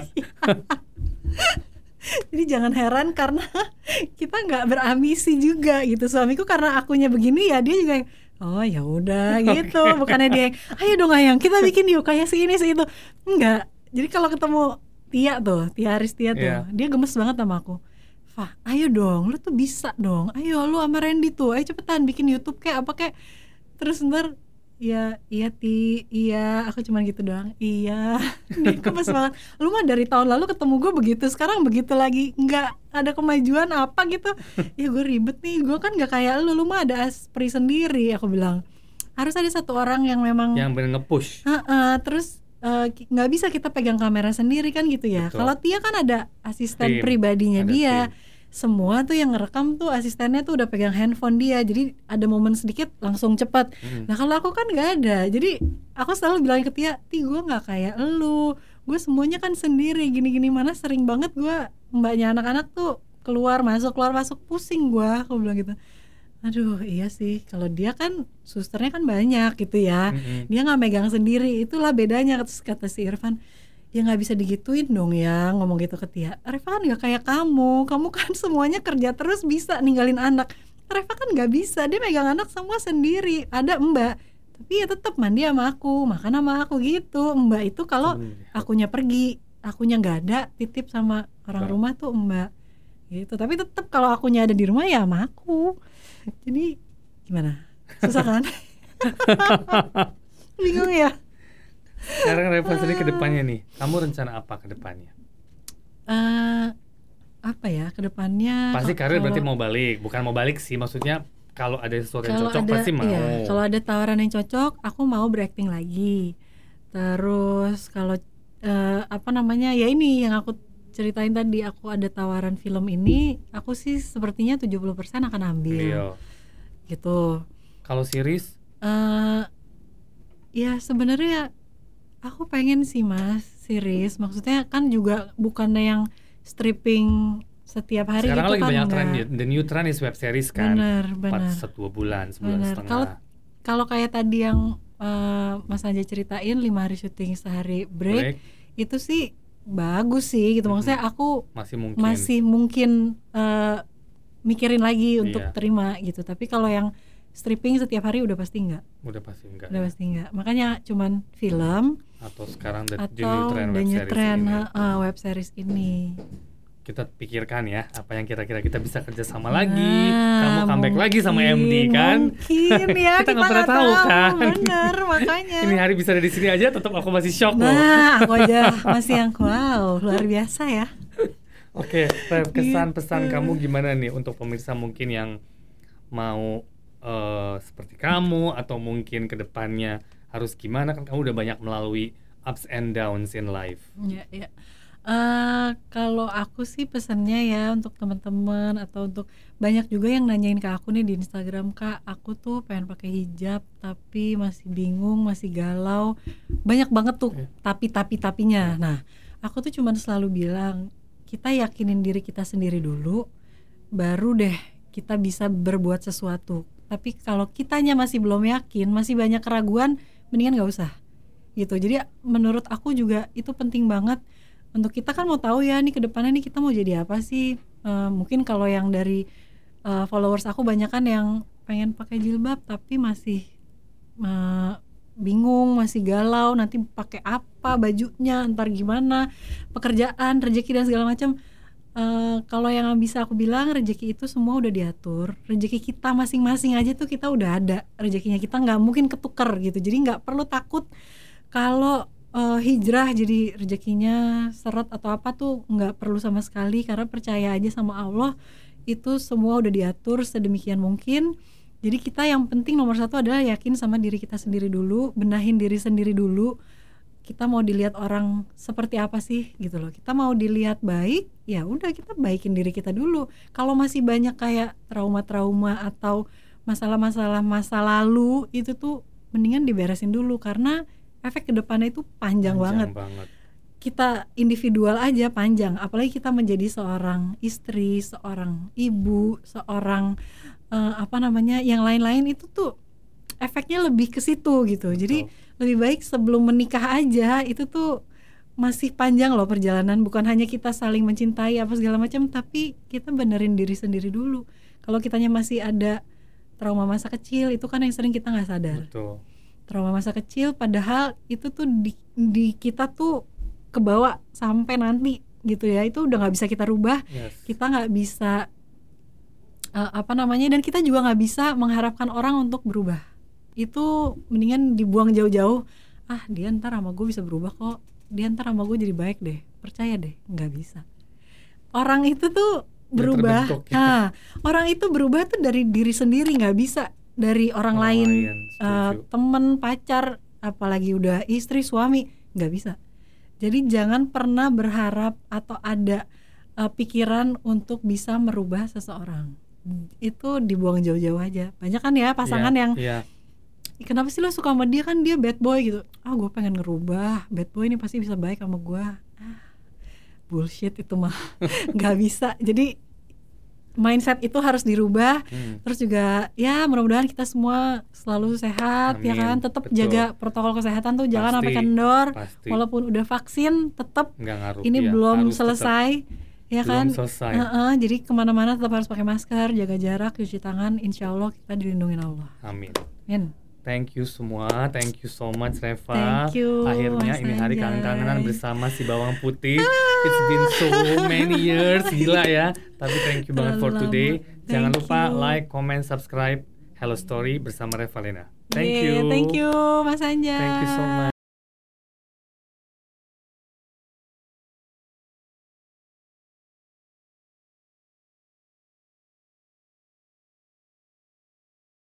B: Jadi jangan heran karena kita nggak berambisi juga gitu. Suamiku karena akunya begini ya dia juga yang, oh ya udah gitu. Bukannya dia yang, ayo dong ayang kita bikin yuk kayak si ini si itu. Enggak. Jadi kalau ketemu Tia tuh, Tia Aristia tuh,
A: Yeah.
B: dia gemes banget sama aku. Fah, ayo dong, lu tuh bisa dong. Ayo lu sama Randy tuh, ayo cepetan bikin YouTube kayak apa kayak. Terus ntar iya, iya Ti, iya, aku cuman gitu doang. Iya, dia gemes banget. Lu mah dari tahun lalu ketemu gue begitu, sekarang begitu lagi, nggak ada kemajuan apa gitu. Ya gue ribet nih, gue kan nggak kayak lu, lu mah ada aspri sendiri. Aku bilang harus ada satu orang yang memang
A: yang bener nge-push.
B: uh-uh, terus nggak uh, bisa kita pegang kamera sendiri kan gitu ya. Kalau Tia kan ada asisten
A: Tim.
B: pribadinya
A: Ada
B: dia.
A: tim.
B: Semua tuh yang ngerekam tuh asistennya tuh udah pegang handphone dia, jadi ada momen sedikit langsung cepat.
A: Hmm.
B: Nah kalau aku kan nggak ada, jadi aku selalu bilang ke Tia, Ti gue nggak kayak elu, gue semuanya kan sendiri, gini-gini mana sering banget gue mbaknya anak-anak tuh keluar masuk keluar masuk pusing gue, aku bilang gitu. Aduh iya sih, kalau dia kan susternya kan banyak gitu ya, mm-hmm. dia nggak megang sendiri, itulah bedanya. Terus kata si Irfan, ya nggak bisa digituin dong ya, ngomong gitu ke Tia. Reva kan nggak kayak kamu, kamu kan semuanya kerja terus bisa ninggalin anak. Reva kan nggak bisa, dia megang anak semua sendiri. Ada Mbak, tapi ya tetap mandi sama aku, makan sama aku gitu. Mbak itu kalau akunya pergi, akunya nggak ada, titip sama orang Mbak. Rumah tuh Mbak gitu. Tapi tetap kalau akunya ada di rumah ya sama aku. Jadi gimana? Susah kan? Bingung ya.
A: Sekarang Reva sendiri ke depannya nih, kamu rencana apa ke depannya?
B: Uh, apa ya ke depannya?
A: Pasti karir
B: kalau,
A: berarti mau balik, bukan mau balik sih, maksudnya kalau ada sesuatu yang cocok
B: ada,
A: pasti mau.
B: Iya, kalau ada tawaran yang cocok, aku mau berakting lagi. Terus kalau uh, apa namanya ya ini yang aku ceritain tadi, aku ada tawaran film ini, aku sih sepertinya tujuh puluh persen akan ambil. Iya. Gitu.
A: Kalau series?
B: Uh, ya sebenarnya aku pengen sih Mas series, maksudnya kan juga bukannya yang stripping setiap hari.
A: Sekarang
B: gitu
A: lagi
B: kan
A: banyak tren, the new trend is web series kan.
B: Bener, bener.
A: empat dua bulan, sebulan
B: bener.
A: setengah.
B: Kalau kalau kayak tadi yang uh, Mas Anja ceritain lima hari syuting sehari break, break. Itu sih bagus sih gitu. Maksudnya aku
A: masih mungkin
B: masih mungkin uh, mikirin lagi untuk iya. terima gitu. Tapi kalau yang stripping setiap hari udah pasti enggak.
A: Udah pasti enggak.
B: Udah ya. pasti enggak. Makanya cuman film
A: atau sekarang the,
B: atau
A: the new trend,
B: the
A: web,
B: new
A: series
B: trend
A: ini.
B: Uh, web series ini.
A: Kita pikirkan ya apa yang kira-kira kita bisa kerja sama nah, lagi. Kamu comeback mungkin, lagi sama M D kan?
B: Mungkin ya.
A: kita nggak pernah tahu kan.
B: Bener makanya.
A: Ini hari bisa ada di sini aja, tetap aku masih shock
B: nah,
A: loh.
B: Nah, aku aja masih yang wow, luar biasa ya.
A: Oke, okay, kesan pesan kamu gimana nih untuk pemirsa mungkin yang mau uh, seperti kamu atau mungkin kedepannya harus gimana, kan kamu udah banyak melalui ups and downs in life.
B: Ya, ya. Uh, kalau aku sih pesannya ya untuk teman-teman atau untuk banyak juga yang nanyain ke aku nih di Instagram, Kak, aku tuh pengen pakai hijab tapi masih bingung, masih galau, banyak banget tuh tapi tapi tapinya. Nah, aku tuh cuman selalu bilang kita yakinin diri kita sendiri dulu, baru deh kita bisa berbuat sesuatu. Tapi kalau kitanya masih belum yakin, masih banyak keraguan, mendingan nggak usah gitu. Jadi menurut aku juga itu penting banget. Untuk kita kan mau tahu ya nih ke depannya nih kita mau jadi apa sih. Uh, mungkin kalau yang dari uh, followers aku banyak kan yang pengen pakai jilbab tapi masih uh, bingung, masih galau nanti pakai apa bajunya, ntar gimana, pekerjaan, rezeki dan segala macam. Uh, kalau yang bisa aku bilang, rezeki itu semua udah diatur. Rezeki kita masing-masing aja tuh kita udah ada rezekinya, kita nggak mungkin ketuker gitu. Jadi nggak perlu takut kalau Uh, hijrah jadi rezekinya seret atau apa tuh nggak perlu sama sekali, karena percaya aja sama Allah itu semua udah diatur sedemikian mungkin. Jadi kita yang penting nomor satu adalah yakin sama diri kita sendiri dulu, benahin diri sendiri dulu. Kita mau dilihat orang seperti apa sih gitu loh. Kita mau dilihat baik, ya udah kita baikin diri kita dulu. Kalau masih banyak kayak trauma-trauma atau masalah-masalah masa lalu itu tuh mendingan diberesin dulu, karena efek kedepannya itu panjang, panjang banget. banget. Kita individual aja panjang, apalagi kita menjadi seorang istri, seorang ibu, seorang uh, apa namanya, yang lain-lain itu tuh efeknya lebih ke situ gitu. Betul. Jadi lebih baik sebelum menikah aja itu tuh masih panjang loh perjalanan. Bukan hanya kita saling mencintai apa segala macam, tapi kita benerin diri sendiri dulu. Kalau kitanya masih ada trauma masa kecil, itu kan yang sering kita nggak sadar.
A: Betul.
B: Trauma masa kecil, padahal itu tuh di, di kita tuh kebawa sampai nanti gitu ya, itu udah nggak bisa kita rubah. Yes. Kita nggak bisa uh, apa namanya, dan kita juga nggak bisa mengharapkan orang untuk berubah. Itu mendingan dibuang jauh-jauh. Ah dia ntar sama gue bisa berubah kok, dia ntar sama gue jadi baik deh, percaya deh, nggak bisa. Orang itu tuh berubah, ya. Nah orang itu berubah tuh dari diri sendiri, nggak bisa dari orang, orang lain, lain uh, temen, pacar, apalagi udah istri, suami, nggak bisa. Jadi jangan pernah berharap atau ada uh, pikiran untuk bisa merubah seseorang. Itu dibuang jauh-jauh aja. Banyak kan ya pasangan yeah, yang yeah. Kenapa sih lo suka sama dia, kan dia bad boy gitu. Ah gue pengen ngerubah, bad boy ini pasti bisa baik sama gue. Ah, bullshit itu mah nggak bisa. Jadi mindset itu harus dirubah. hmm. Terus juga ya mudah-mudahan kita semua selalu sehat. Amin. Ya kan, tetap jaga protokol kesehatan tuh, jangan sampai kendor. Pasti. Walaupun udah vaksin tetap ini ya, belum selesai ya kan. selesai. Uh-uh, jadi kemana-mana tetap harus pakai masker, jaga jarak, cuci tangan. Insya Allah kita dilindungi Allah.
A: Amin.
B: Amin.
A: Thank you semua, thank you so much Reva.
B: Thank you,
A: akhirnya
B: Mas
A: ini hari
B: Anjay.
A: kangen-kangenan bersama si Bawang Putih. It's been so many years, gila ya. Tapi thank you banget for today. Thank Jangan lupa you. like, comment, subscribe Hello Story bersama Revalina. Thank yeah, you.
B: Thank you Mas Anjay.
A: Thank you so much.